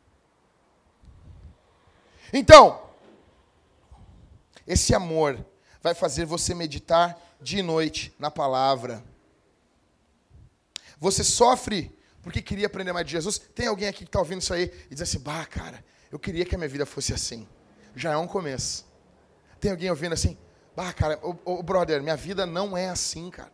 Então, esse amor vai fazer você meditar dia e noite na palavra. Você sofre porque queria aprender mais de Jesus. Tem alguém aqui que está ouvindo isso aí e diz assim, bah, cara, eu queria que a minha vida fosse assim. Já é um começo. Tem alguém ouvindo assim, bah, cara, ô, ô, brother, minha vida não é assim, cara.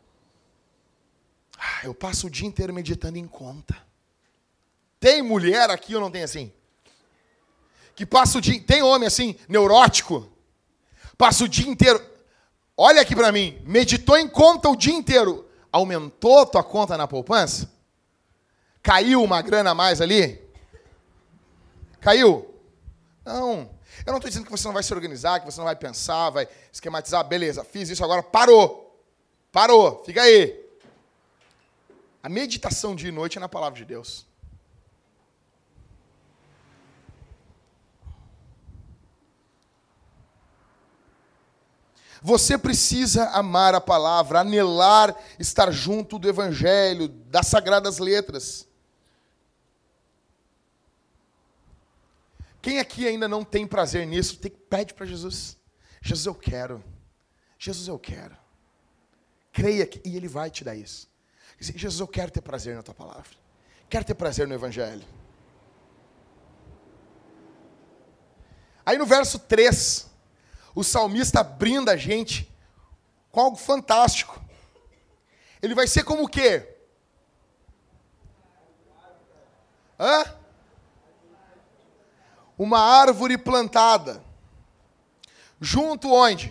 Ah, eu passo o dia inteiro meditando em conta. Tem mulher aqui ou não tem assim? Que passa o dia... Tem homem assim, neurótico? Passa o dia inteiro... Olha aqui pra mim. Meditou em conta o dia inteiro. Aumentou tua conta na poupança? Caiu uma grana a mais ali? Caiu? Não. Eu não estou dizendo que você não vai se organizar, que você não vai pensar, vai esquematizar. Beleza, fiz isso agora, parou. Parou, fica aí. A meditação dia e noite é na palavra de Deus. Você precisa amar a palavra, anelar estar junto do Evangelho, das Sagradas Letras. Quem aqui ainda não tem prazer nisso, tem, pede para Jesus. Jesus, eu quero. Jesus, eu quero. Creia que, e Ele vai te dar isso. Jesus, eu quero ter prazer na tua palavra. Quero ter prazer no Evangelho. Aí no verso três... o salmista brinda a gente com algo fantástico. Ele vai ser como o quê? Hã? Uma árvore plantada. Junto onde?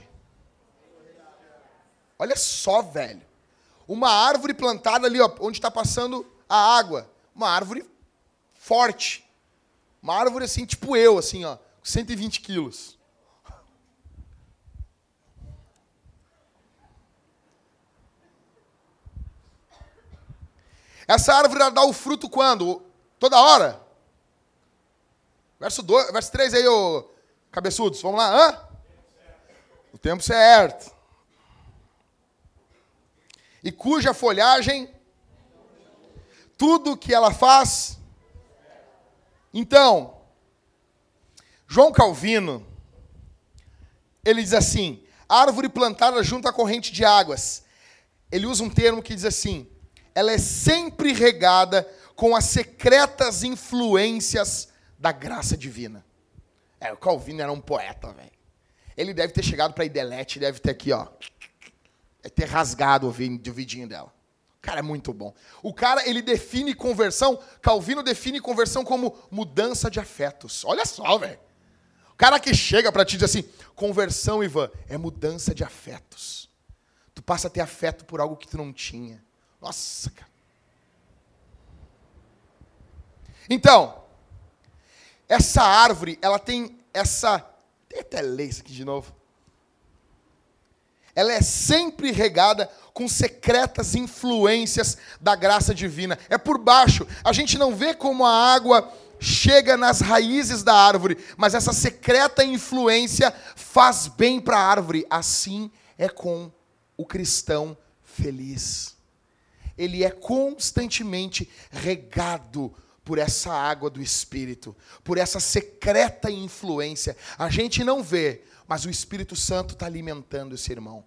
Olha só, velho. Uma árvore plantada ali, ó, onde está passando a água. Uma árvore forte. Uma árvore assim, tipo eu, assim, ó, cento e vinte quilos. Essa árvore ela dá o fruto quando? Toda hora? Verso, dois, verso três aí, ô cabeçudos. Vamos lá. Hã? O tempo certo. E cuja folhagem, tudo que ela faz. Então, João Calvino, ele diz assim, árvore plantada junto à corrente de águas. Ele usa um termo que diz assim, ela é sempre regada com as secretas influências da graça divina. É, o Calvino era um poeta, velho. Ele deve ter chegado para a Idelete, deve ter aqui, ó. Deve ter rasgado o vidinho dela. O cara é muito bom. O cara, ele define conversão, Calvino define conversão como mudança de afetos. Olha só, velho. O cara que chega para te dizer assim, conversão, Ivan, é mudança de afetos. Tu passa a ter afeto por algo que tu não tinha. Nossa, cara. Então, essa árvore, ela tem essa... Tem até lei isso aqui de novo. Ela é sempre regada com secretas influências da graça divina. É por baixo. A gente não vê como a água chega nas raízes da árvore, mas essa secreta influência faz bem para a árvore. Assim é com o cristão feliz. Ele é constantemente regado por essa água do Espírito, por essa secreta influência. A gente não vê, mas o Espírito Santo está alimentando esse irmão.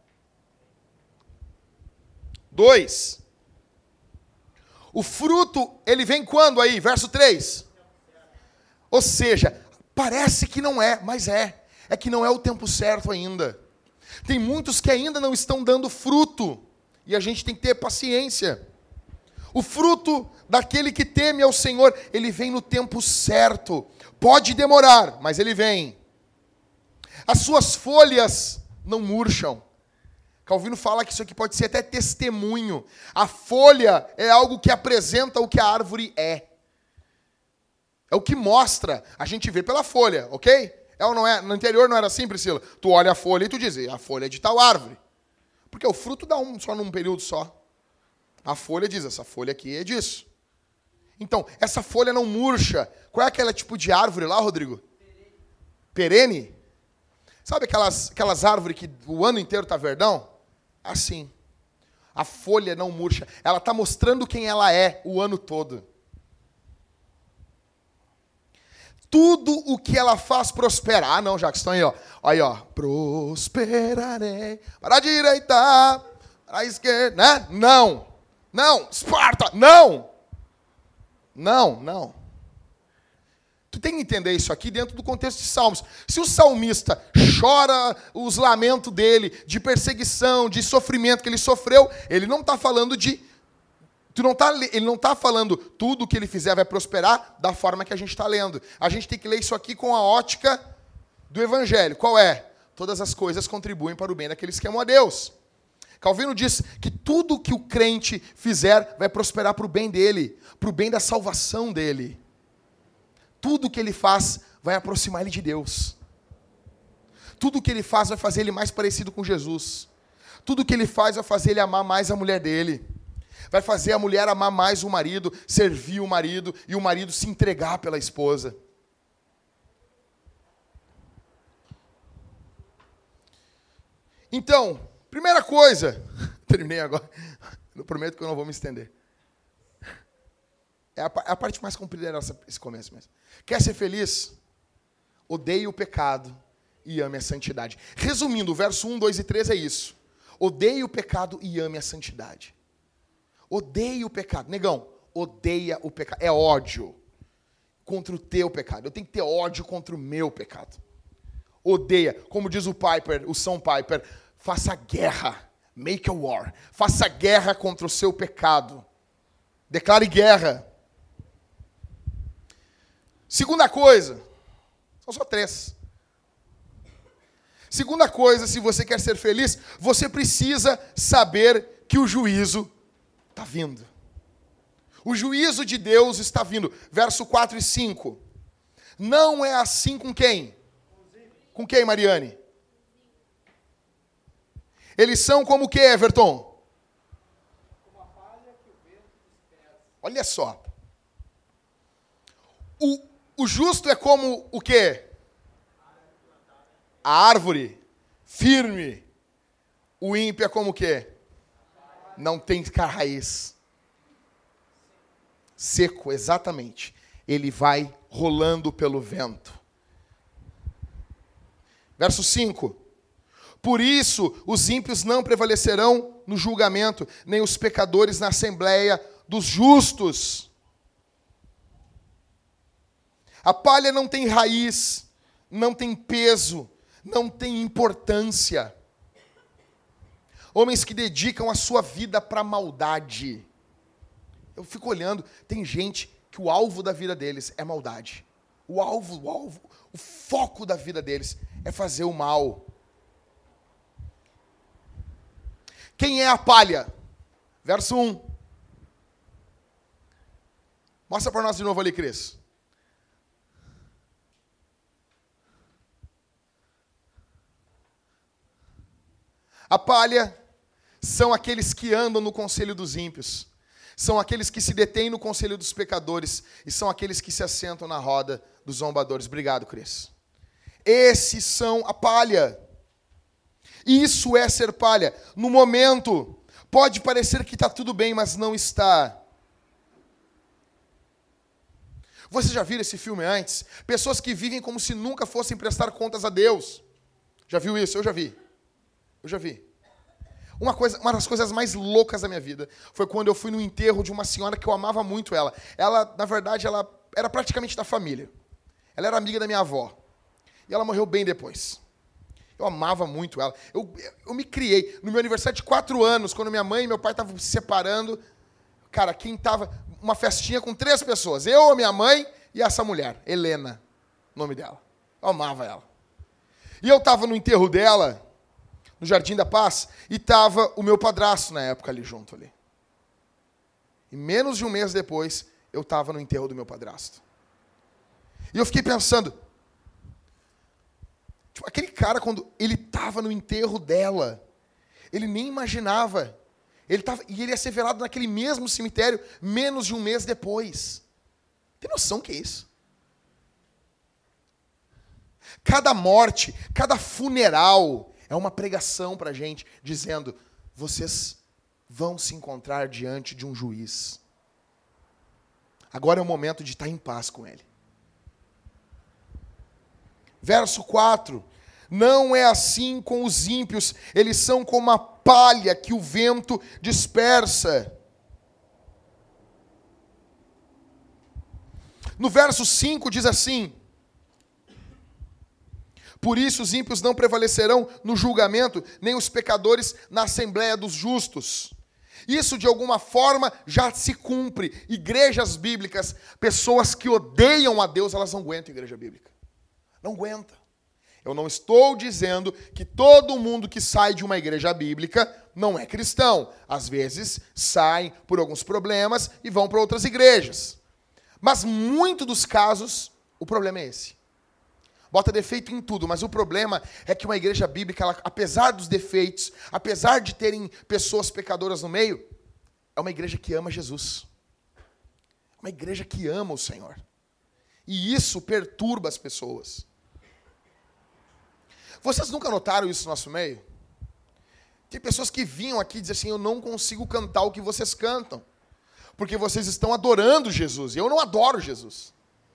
Dois. O fruto, ele vem quando aí? Verso três. Ou seja, parece que não é, mas é. É que não é o tempo certo ainda. Tem muitos que ainda não estão dando fruto. E a gente tem que ter paciência. O fruto daquele que teme ao Senhor, ele vem no tempo certo. Pode demorar, mas ele vem. As suas folhas não murcham. Calvino fala que isso aqui pode ser até testemunho. A folha é algo que apresenta o que a árvore é. É o que mostra. A gente vê pela folha, ok? É ou não é? No interior não era assim, Priscila? Tu olha a folha e tu diz, a folha é de tal árvore. Porque o fruto dá um só num período só. A folha diz, essa folha aqui é disso. Então, essa folha não murcha. Qual é aquele tipo de árvore lá, Rodrigo? Perene. Perene? Sabe aquelas, aquelas árvores que o ano inteiro está verdão? Assim. A folha não murcha. Ela está mostrando quem ela é o ano todo. Tudo o que ela faz prospera. Ah, não, já que estão aí, ó. Aí, ó. Prosperarei. Para a direita, para a esquerda, né? Não. Não. Esparta, não. Não, não. Tu tem que entender isso aqui dentro do contexto de Salmos. Se o salmista chora os lamentos dele, de perseguição, de sofrimento que ele sofreu, ele não está falando de... Tu não tá, ele não está falando tudo que ele fizer vai prosperar da forma que a gente está lendo. A gente tem que ler isso aqui com a ótica do Evangelho. Qual é? Todas as coisas contribuem para o bem daqueles que amam a Deus. Calvino diz que tudo que o crente fizer vai prosperar para o bem dele, para o bem da salvação dele. Tudo que ele faz vai aproximar ele de Deus. Tudo que ele faz vai fazer ele mais parecido com Jesus. Tudo que ele faz vai fazer ele amar mais a mulher dele. Vai fazer a mulher amar mais o marido, servir o marido e o marido se entregar pela esposa. Então, primeira coisa, terminei agora, eu prometo que eu não vou me estender. É a, a parte mais comprida dessa, esse começo mesmo. Quer ser feliz? Odeie o pecado e ame a santidade. Resumindo, o verso um, dois e três é isso. Odeie o pecado e ame a santidade. Odeie o pecado. Negão, odeia o pecado. É ódio contra o teu pecado. Eu tenho que ter ódio contra o meu pecado. Odeia. Como diz o Piper, o São Piper, faça guerra. Make a war. Faça guerra contra o seu pecado. Declare guerra. Segunda coisa. São só três. Segunda coisa, se você quer ser feliz, você precisa saber que o juízo está vindo. O juízo de Deus está vindo. Verso quatro e cinco. Não é assim com quem? Com quem, Mariane? Eles são como o que, Everton? Olha só. O, o justo é como o quê? A árvore firme. O ímpio é como o quê? Não tem raiz. Seco, exatamente. Ele vai rolando pelo vento. Verso cinco. Por isso, os ímpios não prevalecerão no julgamento, nem os pecadores na assembleia dos justos. A palha não tem raiz, não tem peso, não tem importância. Homens que dedicam a sua vida para a maldade. Eu fico olhando, tem gente que o alvo da vida deles é maldade. O alvo, o alvo, o foco da vida deles é fazer o mal. Quem é a palha? Verso um. Mostra para nós de novo ali, Cris. A palha são aqueles que andam no conselho dos ímpios. São aqueles que se detêm no conselho dos pecadores. E são aqueles que se assentam na roda dos zombadores. Obrigado, Cris. Esses são a palha. Isso é ser palha. No momento, pode parecer que está tudo bem, mas não está. Vocês já viram esse filme antes? Pessoas que vivem como se nunca fossem prestar contas a Deus. Já viu isso? Eu já vi. Eu já vi. Uma, coisa, uma das coisas mais loucas da minha vida foi quando eu fui no enterro de uma senhora que eu amava muito ela. Ela, na verdade, ela era praticamente da família. Ela era amiga da minha avó. E ela morreu bem depois. Eu amava muito ela. Eu, eu me criei. No meu aniversário de quatro anos, quando minha mãe e meu pai estavam se separando, cara, quem estava... Uma festinha com três pessoas. Eu, a minha mãe e essa mulher, Helena, o nome dela. Eu amava ela. E eu estava no enterro dela, no Jardim da Paz, e estava o meu padrasto na época ali junto ali. E menos de um mês depois, eu estava no enterro do meu padrasto. E eu fiquei pensando, Aquele cara, quando ele estava no enterro dela, ele nem imaginava. Ele tava, e ele ia ser velado naquele mesmo cemitério menos de um mês depois. Tem noção que é isso? Cada morte, cada funeral é uma pregação para a gente, dizendo, vocês vão se encontrar diante de um juiz. Agora é o momento de estar em paz com ele. Verso quatro. Não é assim com os ímpios, eles são como a palha que o vento dispersa. No verso cinco diz assim: por isso os ímpios não prevalecerão no julgamento, nem os pecadores na assembleia dos justos. Isso, de alguma forma, já se cumpre. Igrejas bíblicas, pessoas que odeiam a Deus, elas não aguentam a igreja bíblica. Não aguenta. Eu não estou dizendo que todo mundo que sai de uma igreja bíblica não é cristão. Às vezes, saem por alguns problemas e vão para outras igrejas. Mas, muito dos casos, o problema é esse. Bota defeito em tudo, mas o problema é que uma igreja bíblica, ela, apesar dos defeitos, apesar de terem pessoas pecadoras no meio, é uma igreja que ama Jesus. Uma igreja que ama o Senhor. E isso perturba as pessoas. Vocês nunca notaram isso no nosso meio? Tem pessoas que vinham aqui e dizem assim, eu não consigo cantar o que vocês cantam, porque vocês estão adorando Jesus, e eu não adoro Jesus.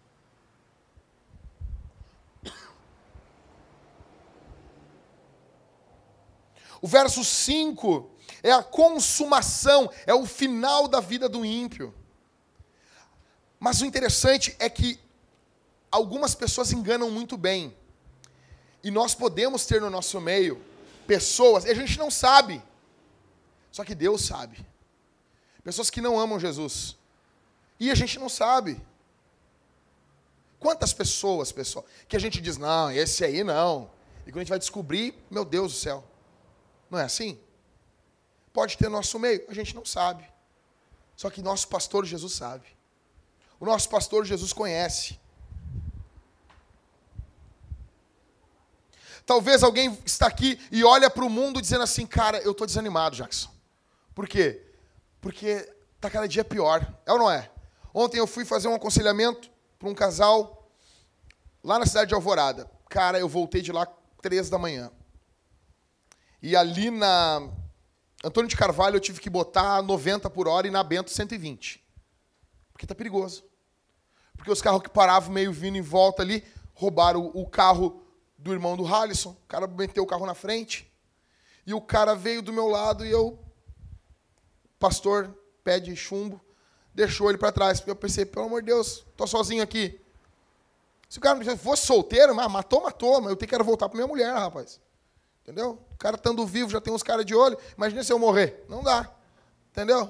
O verso cinco é a consumação, é o final da vida do ímpio. Mas o interessante é que algumas pessoas enganam muito bem. E nós podemos ter no nosso meio pessoas, e a gente não sabe, só que Deus sabe. Pessoas que não amam Jesus. E a gente não sabe. Quantas pessoas, pessoal, que a gente diz, não, esse aí não. E quando a gente vai descobrir, meu Deus do céu. Não é assim? Pode ter no nosso meio, a gente não sabe. Só que nosso pastor Jesus sabe. O nosso pastor Jesus conhece. Talvez alguém está aqui e olha para o mundo dizendo assim, cara, eu estou desanimado, Jackson. Por quê? Porque está cada dia pior. É ou não é? Ontem eu fui fazer um aconselhamento para um casal lá na cidade de Alvorada. Cara, eu voltei de lá três da manhã. E ali na Antônio de Carvalho eu tive que botar noventa por hora e na Bento cento e vinte. Porque está perigoso. Porque os carros que paravam meio vindo em volta ali, roubaram o carro do irmão do Halisson. O cara meteu o carro na frente. E o cara veio do meu lado e eu, pastor, pé de chumbo, deixou ele para trás. Porque eu pensei, pelo amor de Deus, estou sozinho aqui. Se o cara fosse solteiro, matou, matou, mas eu tenho que voltar para minha mulher, rapaz. Entendeu? O cara estando vivo, já tem uns caras de olho. Imagina se eu morrer. Não dá. Entendeu?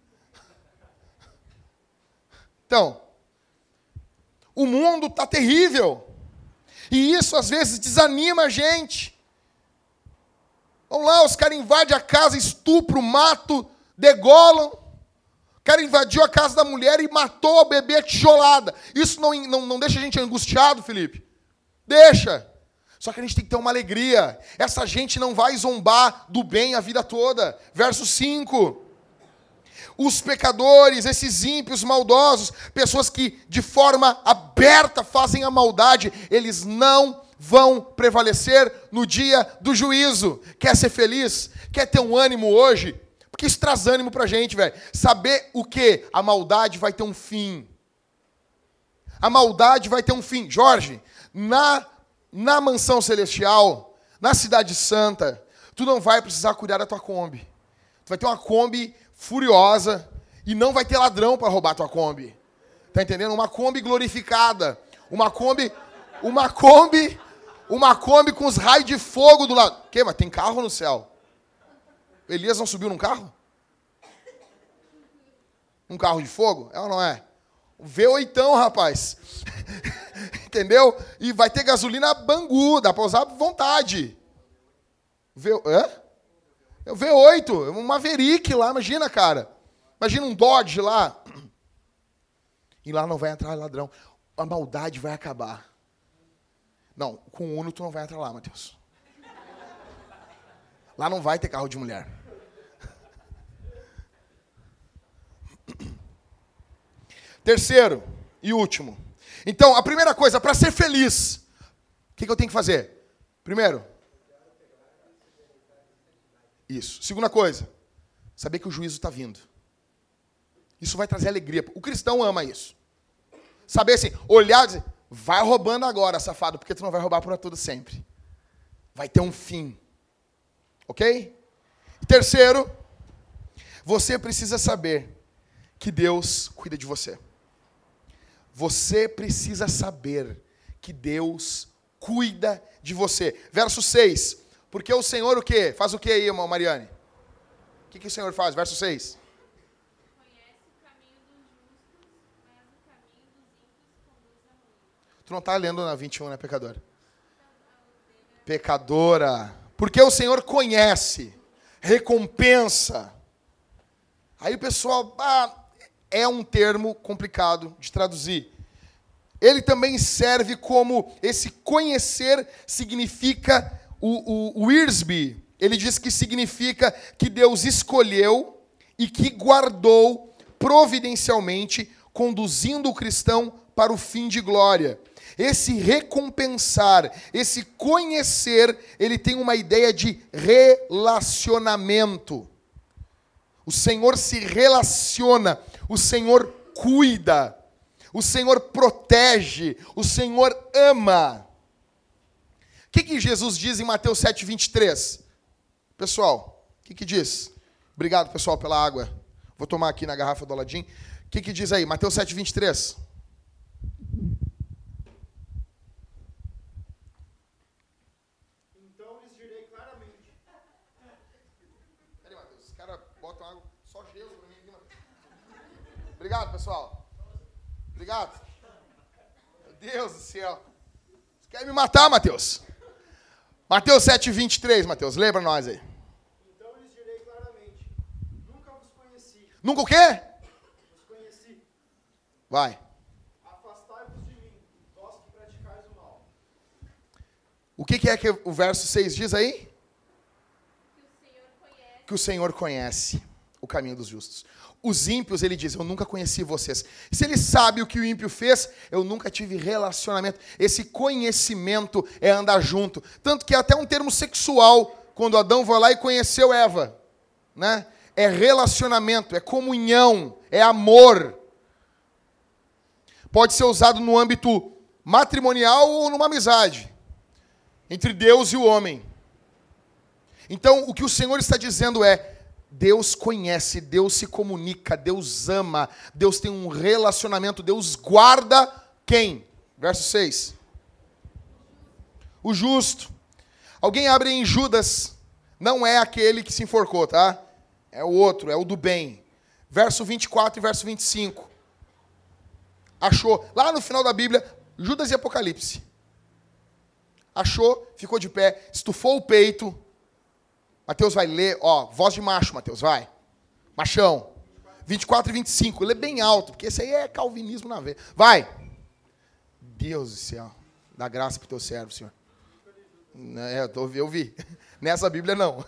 Então, o mundo está terrível. E isso, às vezes, desanima a gente. Vamos lá, os caras invadem a casa, estupro, mato, degolam. O cara invadiu a casa da mulher e matou a bebê a tijolada. Isso não, não, não deixa a gente angustiado, Felipe? Deixa. Só que a gente tem que ter uma alegria. Essa gente não vai zombar do bem a vida toda. Verso cinco. Os pecadores, esses ímpios, maldosos, pessoas que de forma aberta fazem a maldade, eles não vão prevalecer no dia do juízo. Quer ser feliz? Quer ter um ânimo hoje? Porque isso traz ânimo pra gente, velho. Saber o quê? A maldade vai ter um fim. A maldade vai ter um fim. Jorge, na... Na mansão celestial, na cidade santa, tu não vai precisar cuidar da tua Kombi. Tu vai ter uma Kombi furiosa e não vai ter ladrão para roubar a tua Kombi. Tá entendendo? Uma Kombi glorificada. Uma Kombi, uma Kombi, uma Kombi com os raios de fogo do lado. Que? Mas tem carro no céu. Elias não subiu num carro? Um carro de fogo? É ou não é? V oito, rapaz. Entendeu? E vai ter gasolina Bangu, dá para usar à vontade. V... Hã? É o V oito, um Maverick lá, imagina, cara. Imagina um Dodge lá. E lá não vai entrar ladrão. A maldade vai acabar. Não, com o Uno tu não vai entrar lá, Mateus. Lá não vai ter carro de mulher. Terceiro e último. Então, a primeira coisa, para ser feliz, o que, que eu tenho que fazer? Primeiro, isso. Segunda coisa, saber que o juízo está vindo. Isso vai trazer alegria. O cristão ama isso. Saber assim, olhar e dizer, vai roubando agora, safado, porque tu não vai roubar por todo sempre. Vai ter um fim. Ok? E terceiro, você precisa saber que Deus cuida de você. Você precisa saber que Deus cuida de você. Verso seis. Porque o Senhor o quê? Faz o quê aí, irmão Mariane? O que, que o Senhor faz? Verso seis. Conhece o caminho dos justos, mas o caminho dos ímpios conduz à ruína. Tu não está lendo na vinte e um, né, pecadora? Pecadora. Porque o Senhor conhece, recompensa. Aí o pessoal, ah, é um termo complicado de traduzir. Ele também serve como, esse conhecer significa, o, o, o Wiersbe, ele diz que significa que Deus escolheu e que guardou providencialmente, conduzindo o cristão para o fim de glória. Esse recompensar, esse conhecer, ele tem uma ideia de relacionamento. O Senhor se relaciona, o Senhor cuida, o Senhor protege, o Senhor ama. O que, que Jesus diz em Mateus sete, vinte e três? Pessoal, o que, que diz? Obrigado, pessoal, pela água. Vou tomar aqui na garrafa do Aladim. O que, que diz aí? Mateus sete, vinte e três. Então lhes direi claramente. Peraí, Mateus, os caras botam água, só gelo pra mim aqui, Mateus. Obrigado, pessoal. Obrigado. Meu Deus do céu. Você quer me matar, Mateus? Mateus sete, vinte e três, Mateus. Lê pra nós aí. Então lhes direi claramente. Nunca vos conheci. Nunca o quê? Vos conheci. Vai. Afastai-vos de mim, vós que praticais o mal. O que, que é que o verso seis diz aí? Que o Senhor conhece. Que o Senhor conhece o caminho dos justos. Os ímpios, ele diz, eu nunca conheci vocês. Se ele sabe o que o ímpio fez, eu nunca tive relacionamento. Esse conhecimento é andar junto. Tanto que é até um termo sexual, quando Adão foi lá e conheceu Eva. Né? É relacionamento, é comunhão, é amor. Pode ser usado no âmbito matrimonial ou numa amizade. Entre Deus e o homem. Então, o que o Senhor está dizendo é, Deus conhece, Deus se comunica, Deus ama, Deus tem um relacionamento, Deus guarda quem? Verso seis. O justo. Alguém abre em Judas, não é aquele que se enforcou, tá? É o outro, é o do bem. Verso vinte e quatro e verso vinte e cinco. Achou, lá no final da Bíblia, Judas e Apocalipse. Achou, ficou de pé, estufou o peito. Mateus vai ler, ó, voz de macho, Mateus, vai. Machão. vinte e quatro e vinte e cinco, lê bem alto, porque esse aí é calvinismo na veia. Vai. Deus do céu, dá graça pro teu servo, Senhor. É, eu, tô, eu vi. Nessa Bíblia, não.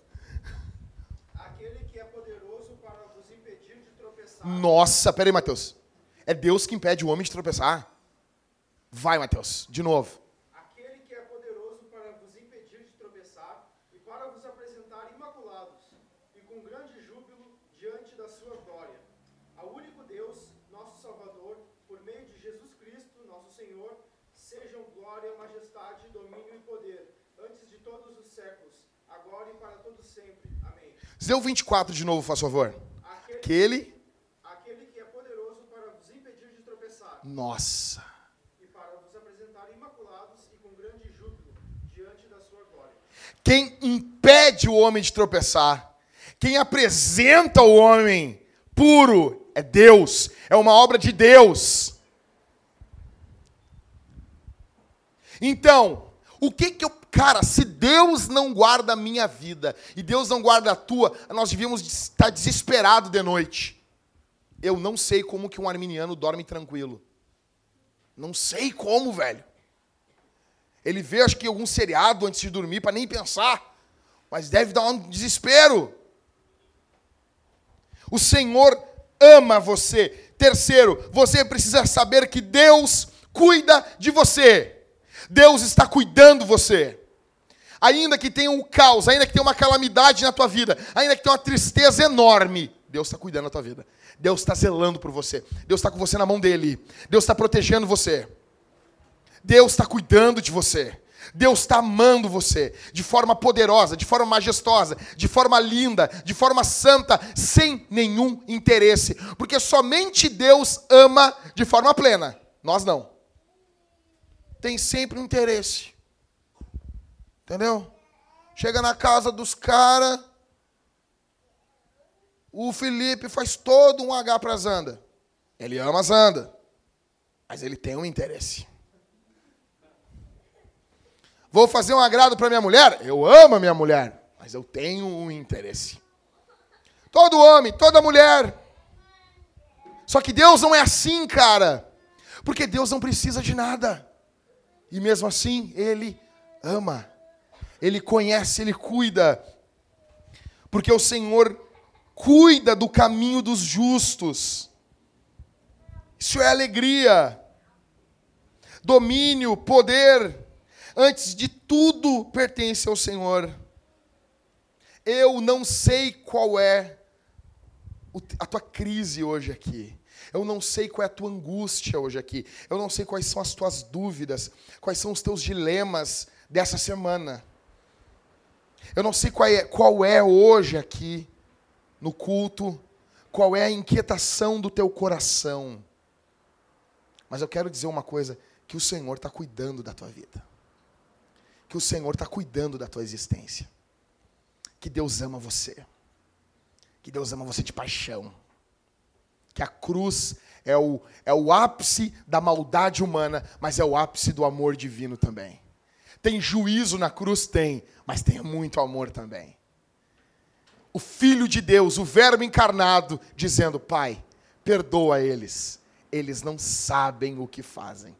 Aquele que é poderoso para vos impedir de tropeçar. Nossa, peraí, Mateus. É Deus que impede o homem de tropeçar? Vai, Mateus, de novo. Aquele que é poderoso para vos impedir de tropeçar e para vos apresentar imaculados e com grande júbilo diante da sua glória. Ao único Deus, nosso Salvador, por meio de Jesus Cristo, nosso Senhor, sejam glória, majestade, domínio e poder, antes de todos os séculos, agora e para todos sempre. Amém. Lê o vinte e quatro de novo, faz favor. Aquele, Aquele... aquele que é poderoso para vos impedir de tropeçar Nossa. e para vos apresentar imaculados e com grande júbilo diante da sua glória. Quem impede o homem de tropeçar, quem apresenta o homem puro, é Deus. É uma obra de Deus. Então, o que que eu... Cara, se Deus não guarda a minha vida e Deus não guarda a tua, nós devíamos estar desesperados de noite. Eu não sei como que um arminiano dorme tranquilo. Não sei como, velho. Ele vê, acho que, algum seriado antes de dormir, para nem pensar. Mas deve dar um desespero. O Senhor ama você. Terceiro, você precisa saber que Deus cuida de você. Deus está cuidando de você. Ainda que tenha um caos, ainda que tenha uma calamidade na tua vida, ainda que tenha uma tristeza enorme, Deus está cuidando da tua vida. Deus está zelando por você. Deus está com você na mão dele. Deus está protegendo você. Deus está cuidando de você. Deus está amando você de forma poderosa, de forma majestosa, de forma linda, de forma santa, sem nenhum interesse. Porque somente Deus ama de forma plena. Nós não. Tem sempre um interesse. Entendeu? Chega na casa dos caras, o Felipe faz todo um H para Zanda. Ele ama a Zanda, mas ele tem um interesse. Vou fazer um agrado para minha mulher? Eu amo a minha mulher, mas eu tenho um interesse. Todo homem, toda mulher. Só que Deus não é assim, cara. Porque Deus não precisa de nada. E mesmo assim, Ele ama. Ele conhece, Ele cuida. Porque o Senhor cuida do caminho dos justos. Isso é alegria. Domínio, poder, antes de tudo pertence ao Senhor. Eu não sei qual é a tua crise hoje aqui. Eu não sei qual é a tua angústia hoje aqui. Eu não sei quais são as tuas dúvidas, quais são os teus dilemas dessa semana. Eu não sei qual é, qual é hoje aqui no culto, qual é a inquietação do teu coração. Mas eu quero dizer uma coisa, que o Senhor está cuidando da tua vida. Que o Senhor está cuidando da tua existência. Que Deus ama você. Que Deus ama você de paixão. Que a cruz é o, é o ápice da maldade humana, mas é o ápice do amor divino também. Tem juízo na cruz? Tem, mas tem muito amor também. O Filho de Deus, o Verbo encarnado, dizendo, Pai, perdoa eles. Eles não sabem o que fazem.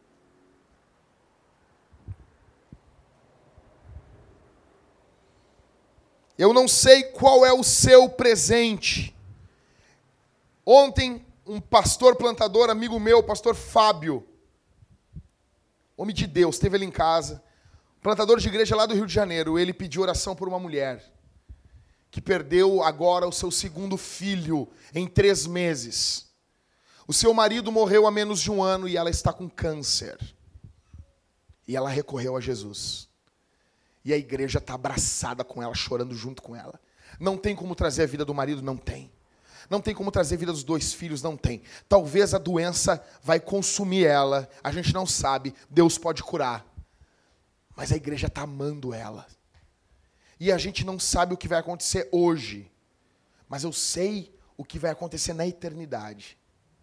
Eu não sei qual é o seu presente. Ontem, um pastor plantador, amigo meu, o pastor Fábio, homem de Deus, esteve ali em casa, plantador de igreja lá do Rio de Janeiro, ele pediu oração por uma mulher que perdeu agora o seu segundo filho em três meses. O seu marido morreu há menos de um ano e ela está com câncer. E ela recorreu a Jesus. E a igreja está abraçada com ela, chorando junto com ela. Não tem como trazer a vida do marido? Não tem. Não tem como trazer a vida dos dois filhos? Não tem. Talvez a doença vai consumir ela. A gente não sabe. Deus pode curar. Mas a igreja está amando ela. E a gente não sabe o que vai acontecer hoje. Mas eu sei o que vai acontecer na eternidade.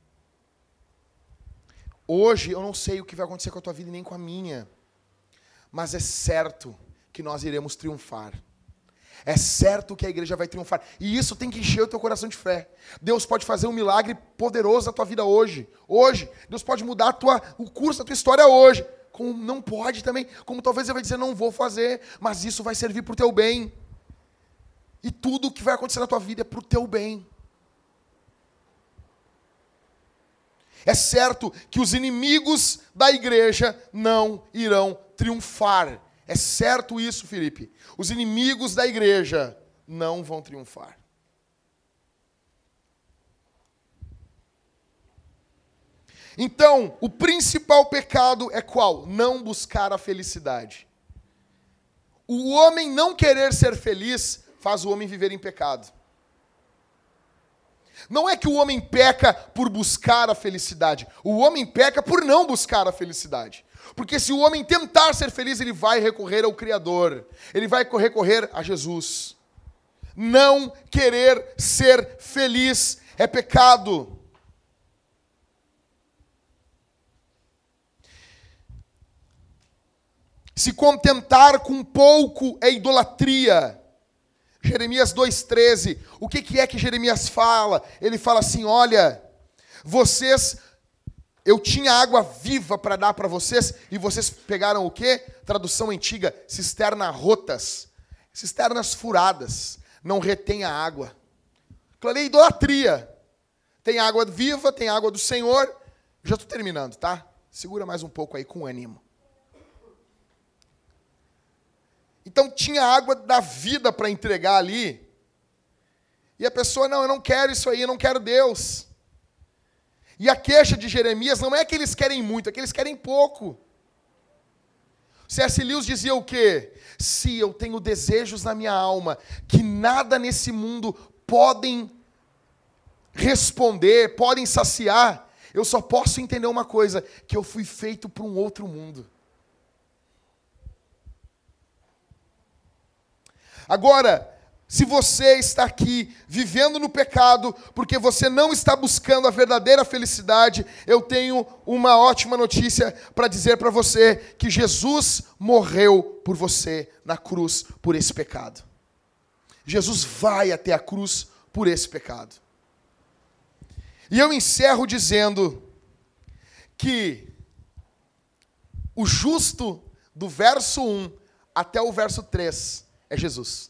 Hoje eu não sei o que vai acontecer com a tua vida nem com a minha. Mas é certo que nós iremos triunfar. É certo que a igreja vai triunfar. E isso tem que encher o teu coração de fé. Deus pode fazer um milagre poderoso na tua vida hoje. Hoje. Deus pode mudar a tua, o curso da tua história hoje. Como não pode também. Como talvez ele vai dizer, não vou fazer. Mas isso vai servir para o teu bem. E tudo o que vai acontecer na tua vida é para o teu bem. É certo que os inimigos da igreja não irão triunfar. É certo isso, Felipe. Os inimigos da igreja não vão triunfar. Então, o principal pecado é qual? Não buscar a felicidade. O homem não querer ser feliz faz o homem viver em pecado. Não é que o homem peca por buscar a felicidade. O homem peca por não buscar a felicidade. Porque se o homem tentar ser feliz, ele vai recorrer ao Criador. Ele vai recorrer a Jesus. Não querer ser feliz é pecado. Se contentar com pouco é idolatria. Jeremias dois, treze. O que, que é que Jeremias fala? Ele fala assim, olha, vocês eu tinha água viva para dar para vocês, e vocês pegaram o quê? Tradução antiga, cisterna rotas, cisternas furadas, não retém a água. Aquilo ali é idolatria. Tem água viva, tem água do Senhor. Já estou terminando, tá? Segura mais um pouco aí com ânimo. Então tinha água da vida para entregar ali. E a pessoa, não, eu não quero isso aí, eu não quero Deus. E a queixa de Jeremias não é que eles querem muito, é que eles querem pouco. C S Lewis dizia o quê? Se eu tenho desejos na minha alma que nada nesse mundo podem responder, podem saciar, eu só posso entender uma coisa, que eu fui feito para um outro mundo. Agora, se você está aqui vivendo no pecado, porque você não está buscando a verdadeira felicidade, eu tenho uma ótima notícia para dizer para você, que Jesus morreu por você na cruz por esse pecado. Jesus vai até a cruz por esse pecado. E eu encerro dizendo que o justo do verso um até o verso três é Jesus.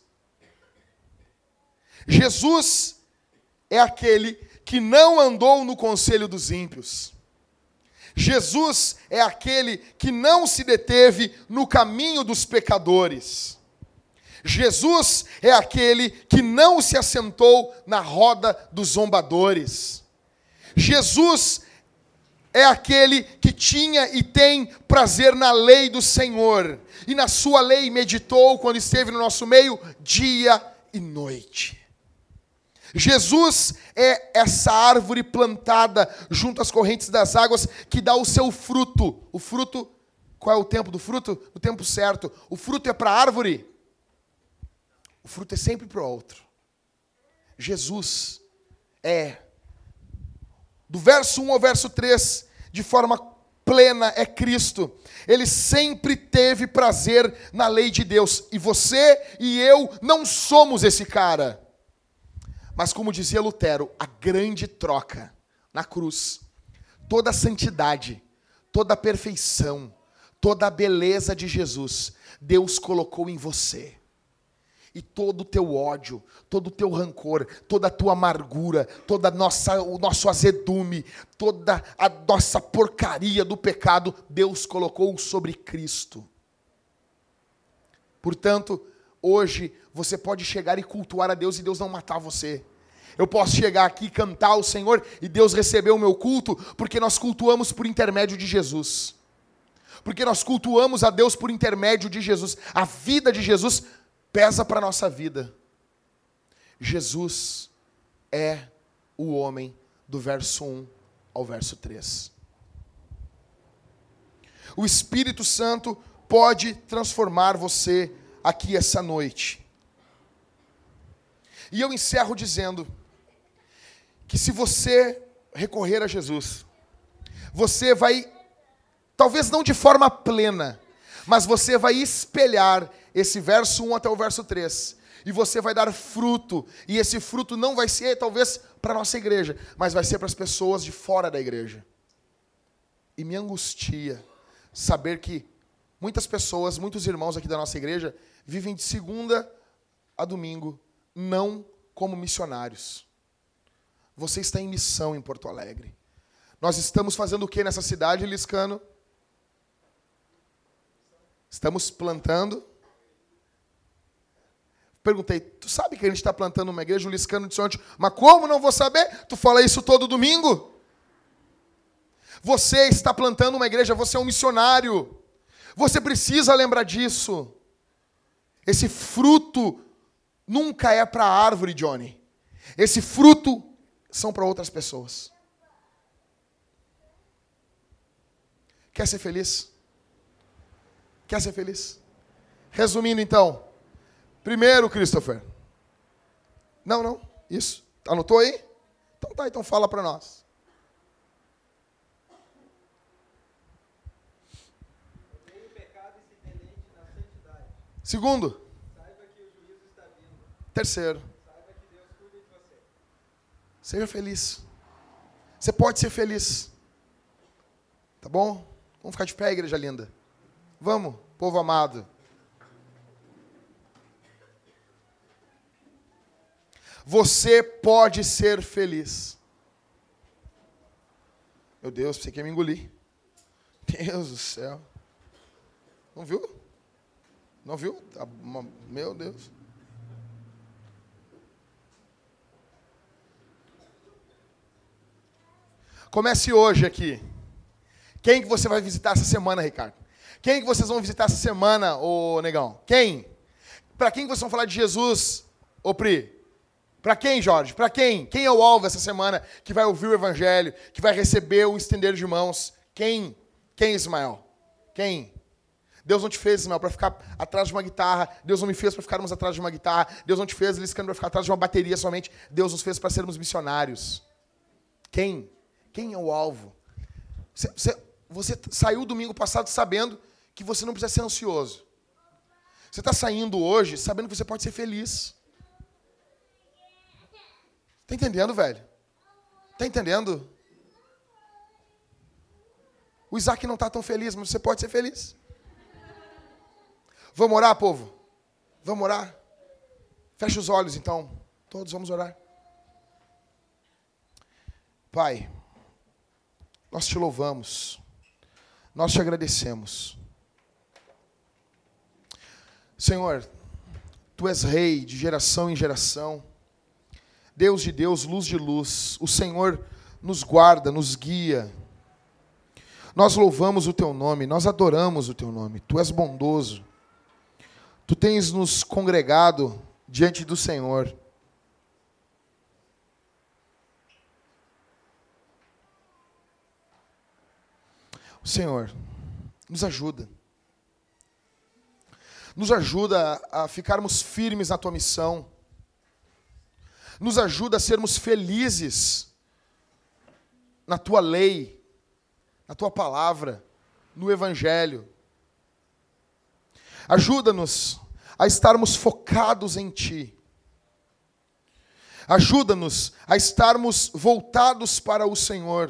Jesus é aquele que não andou no conselho dos ímpios. Jesus é aquele que não se deteve no caminho dos pecadores. Jesus é aquele que não se assentou na roda dos zombadores. Jesus é aquele que tinha e tem prazer na lei do Senhor. E na sua lei meditou quando esteve no nosso meio, dia e noite. Jesus é essa árvore plantada junto às correntes das águas que dá o seu fruto. O fruto, qual é o tempo do fruto? O tempo certo. O fruto é para a árvore. O fruto é sempre para o outro. Jesus é, do verso um ao verso três, de forma plena, é Cristo. Ele sempre teve prazer na lei de Deus. E você e eu não somos esse cara. Mas como dizia Lutero, a grande troca na cruz, toda a santidade, toda a perfeição, toda a beleza de Jesus, Deus colocou em você. E todo o teu ódio, todo o teu rancor, toda a tua amargura, toda a nossa, o nosso azedume, toda a nossa porcaria do pecado, Deus colocou sobre Cristo. Portanto, hoje você pode chegar e cultuar a Deus e Deus não matar você. Eu posso chegar aqui e cantar ao Senhor e Deus receber o meu culto, porque nós cultuamos por intermédio de Jesus. Porque nós cultuamos a Deus por intermédio de Jesus. A vida de Jesus pesa para a nossa vida. Jesus é o homem do verso um ao verso três. O Espírito Santo pode transformar você aqui essa noite. E eu encerro dizendo que se você recorrer a Jesus, você vai, talvez não de forma plena, mas você vai espelhar esse verso um até o verso três. E você vai dar fruto. E esse fruto não vai ser, talvez, para a nossa igreja, mas vai ser para as pessoas de fora da igreja. E me angustia saber que muitas pessoas, muitos irmãos aqui da nossa igreja, vivem de segunda a domingo, não como missionários. Você está em missão em Porto Alegre. Nós estamos fazendo o que nessa cidade, Liscano? Estamos plantando. Perguntei, tu sabe que a gente está plantando uma igreja? O Liscano disse ontem, mas como não vou saber? Tu fala isso todo domingo? Você está plantando uma igreja, você é um missionário. Você precisa lembrar disso. Esse fruto nunca é para a árvore, Johnny. Esse fruto são para outras pessoas. Quer ser feliz? Quer ser feliz? Resumindo então. Primeiro, Christopher. Não, não. Isso. Anotou aí? Então tá, então fala para nós. Odeie o pecado e se deleite na santidade. Segundo. Saiba que o juízo está vindo. Terceiro. Saiba que Deus cuida de você. Seja feliz. Você pode ser feliz. Tá bom? Vamos ficar de pé, igreja linda. Vamos, povo amado. Você pode ser feliz. Meu Deus, você quer me engolir. Deus do céu. Não viu? Não viu? Meu Deus. Comece hoje aqui. Quem que você vai visitar essa semana, Ricardo? Quem que vocês vão visitar essa semana, ô negão? Quem? Para quem que vocês vão falar de Jesus, ô Pri? Para quem, Jorge? Para quem? Quem é o alvo essa semana que vai ouvir o evangelho, que vai receber o estender de mãos? Quem? Quem, Ismael? Quem? Deus não te fez, Ismael, para ficar atrás de uma guitarra. Deus não me fez para ficarmos atrás de uma guitarra. Deus não te fez, Liscano, para ficar atrás de uma bateria somente. Deus nos fez para sermos missionários. Quem? Quem é o alvo? Você, você, você saiu domingo passado sabendo que você não precisa ser ansioso. Você está saindo hoje sabendo que você pode ser feliz. Está entendendo, velho? Está entendendo? O Isaac não está tão feliz, mas você pode ser feliz. Vamos orar, povo? Vamos orar? Fecha os olhos, então. Todos vamos orar. Pai, nós te louvamos. Nós te agradecemos. Senhor, Tu és rei de geração em geração. Deus de Deus, luz de luz. O Senhor nos guarda, nos guia. Nós louvamos o Teu nome, nós adoramos o Teu nome. Tu és bondoso. Tu tens nos congregado diante do Senhor. Senhor, nos ajuda. Nos ajuda a ficarmos firmes na Tua missão. Nos ajuda a sermos felizes na Tua lei, na Tua palavra, no Evangelho. Ajuda-nos a estarmos focados em Ti. Ajuda-nos a estarmos voltados para o Senhor.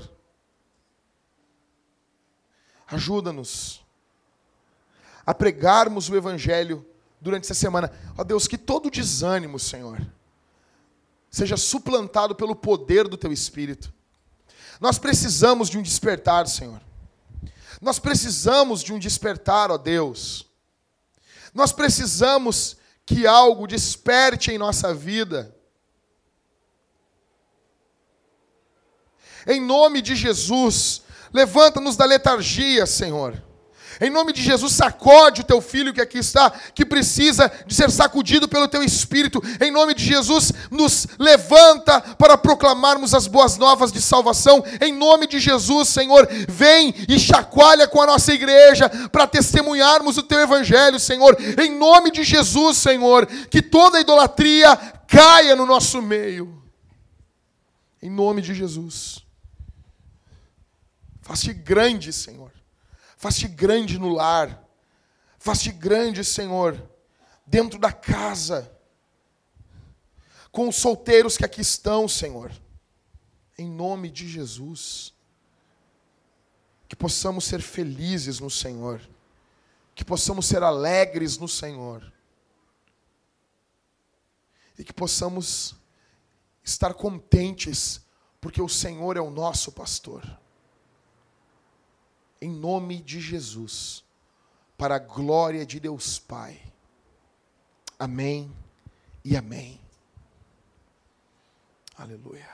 Ajuda-nos a pregarmos o Evangelho durante essa semana. Ó Deus, que todo desânimo, Senhor, seja suplantado pelo poder do Teu Espírito. Nós precisamos de um despertar, Senhor. Nós precisamos de um despertar, ó Deus. Nós precisamos que algo desperte em nossa vida. Em nome de Jesus, levanta-nos da letargia, Senhor. Em nome de Jesus, sacode o Teu filho que aqui está, que precisa de ser sacudido pelo Teu Espírito. Em nome de Jesus, nos levanta para proclamarmos as boas novas de salvação. Em nome de Jesus, Senhor, vem e chacoalha com a nossa igreja para testemunharmos o Teu Evangelho, Senhor. Em nome de Jesus, Senhor, que toda idolatria caia no nosso meio. Em nome de Jesus. Faz-te grande, Senhor. Faz-te grande no lar. Faz-te grande, Senhor, dentro da casa. Com os solteiros que aqui estão, Senhor. Em nome de Jesus. Que possamos ser felizes no Senhor. Que possamos ser alegres no Senhor. E que possamos estar contentes, porque o Senhor é o nosso pastor. Em nome de Jesus, para a glória de Deus Pai. Amém e amém. Aleluia.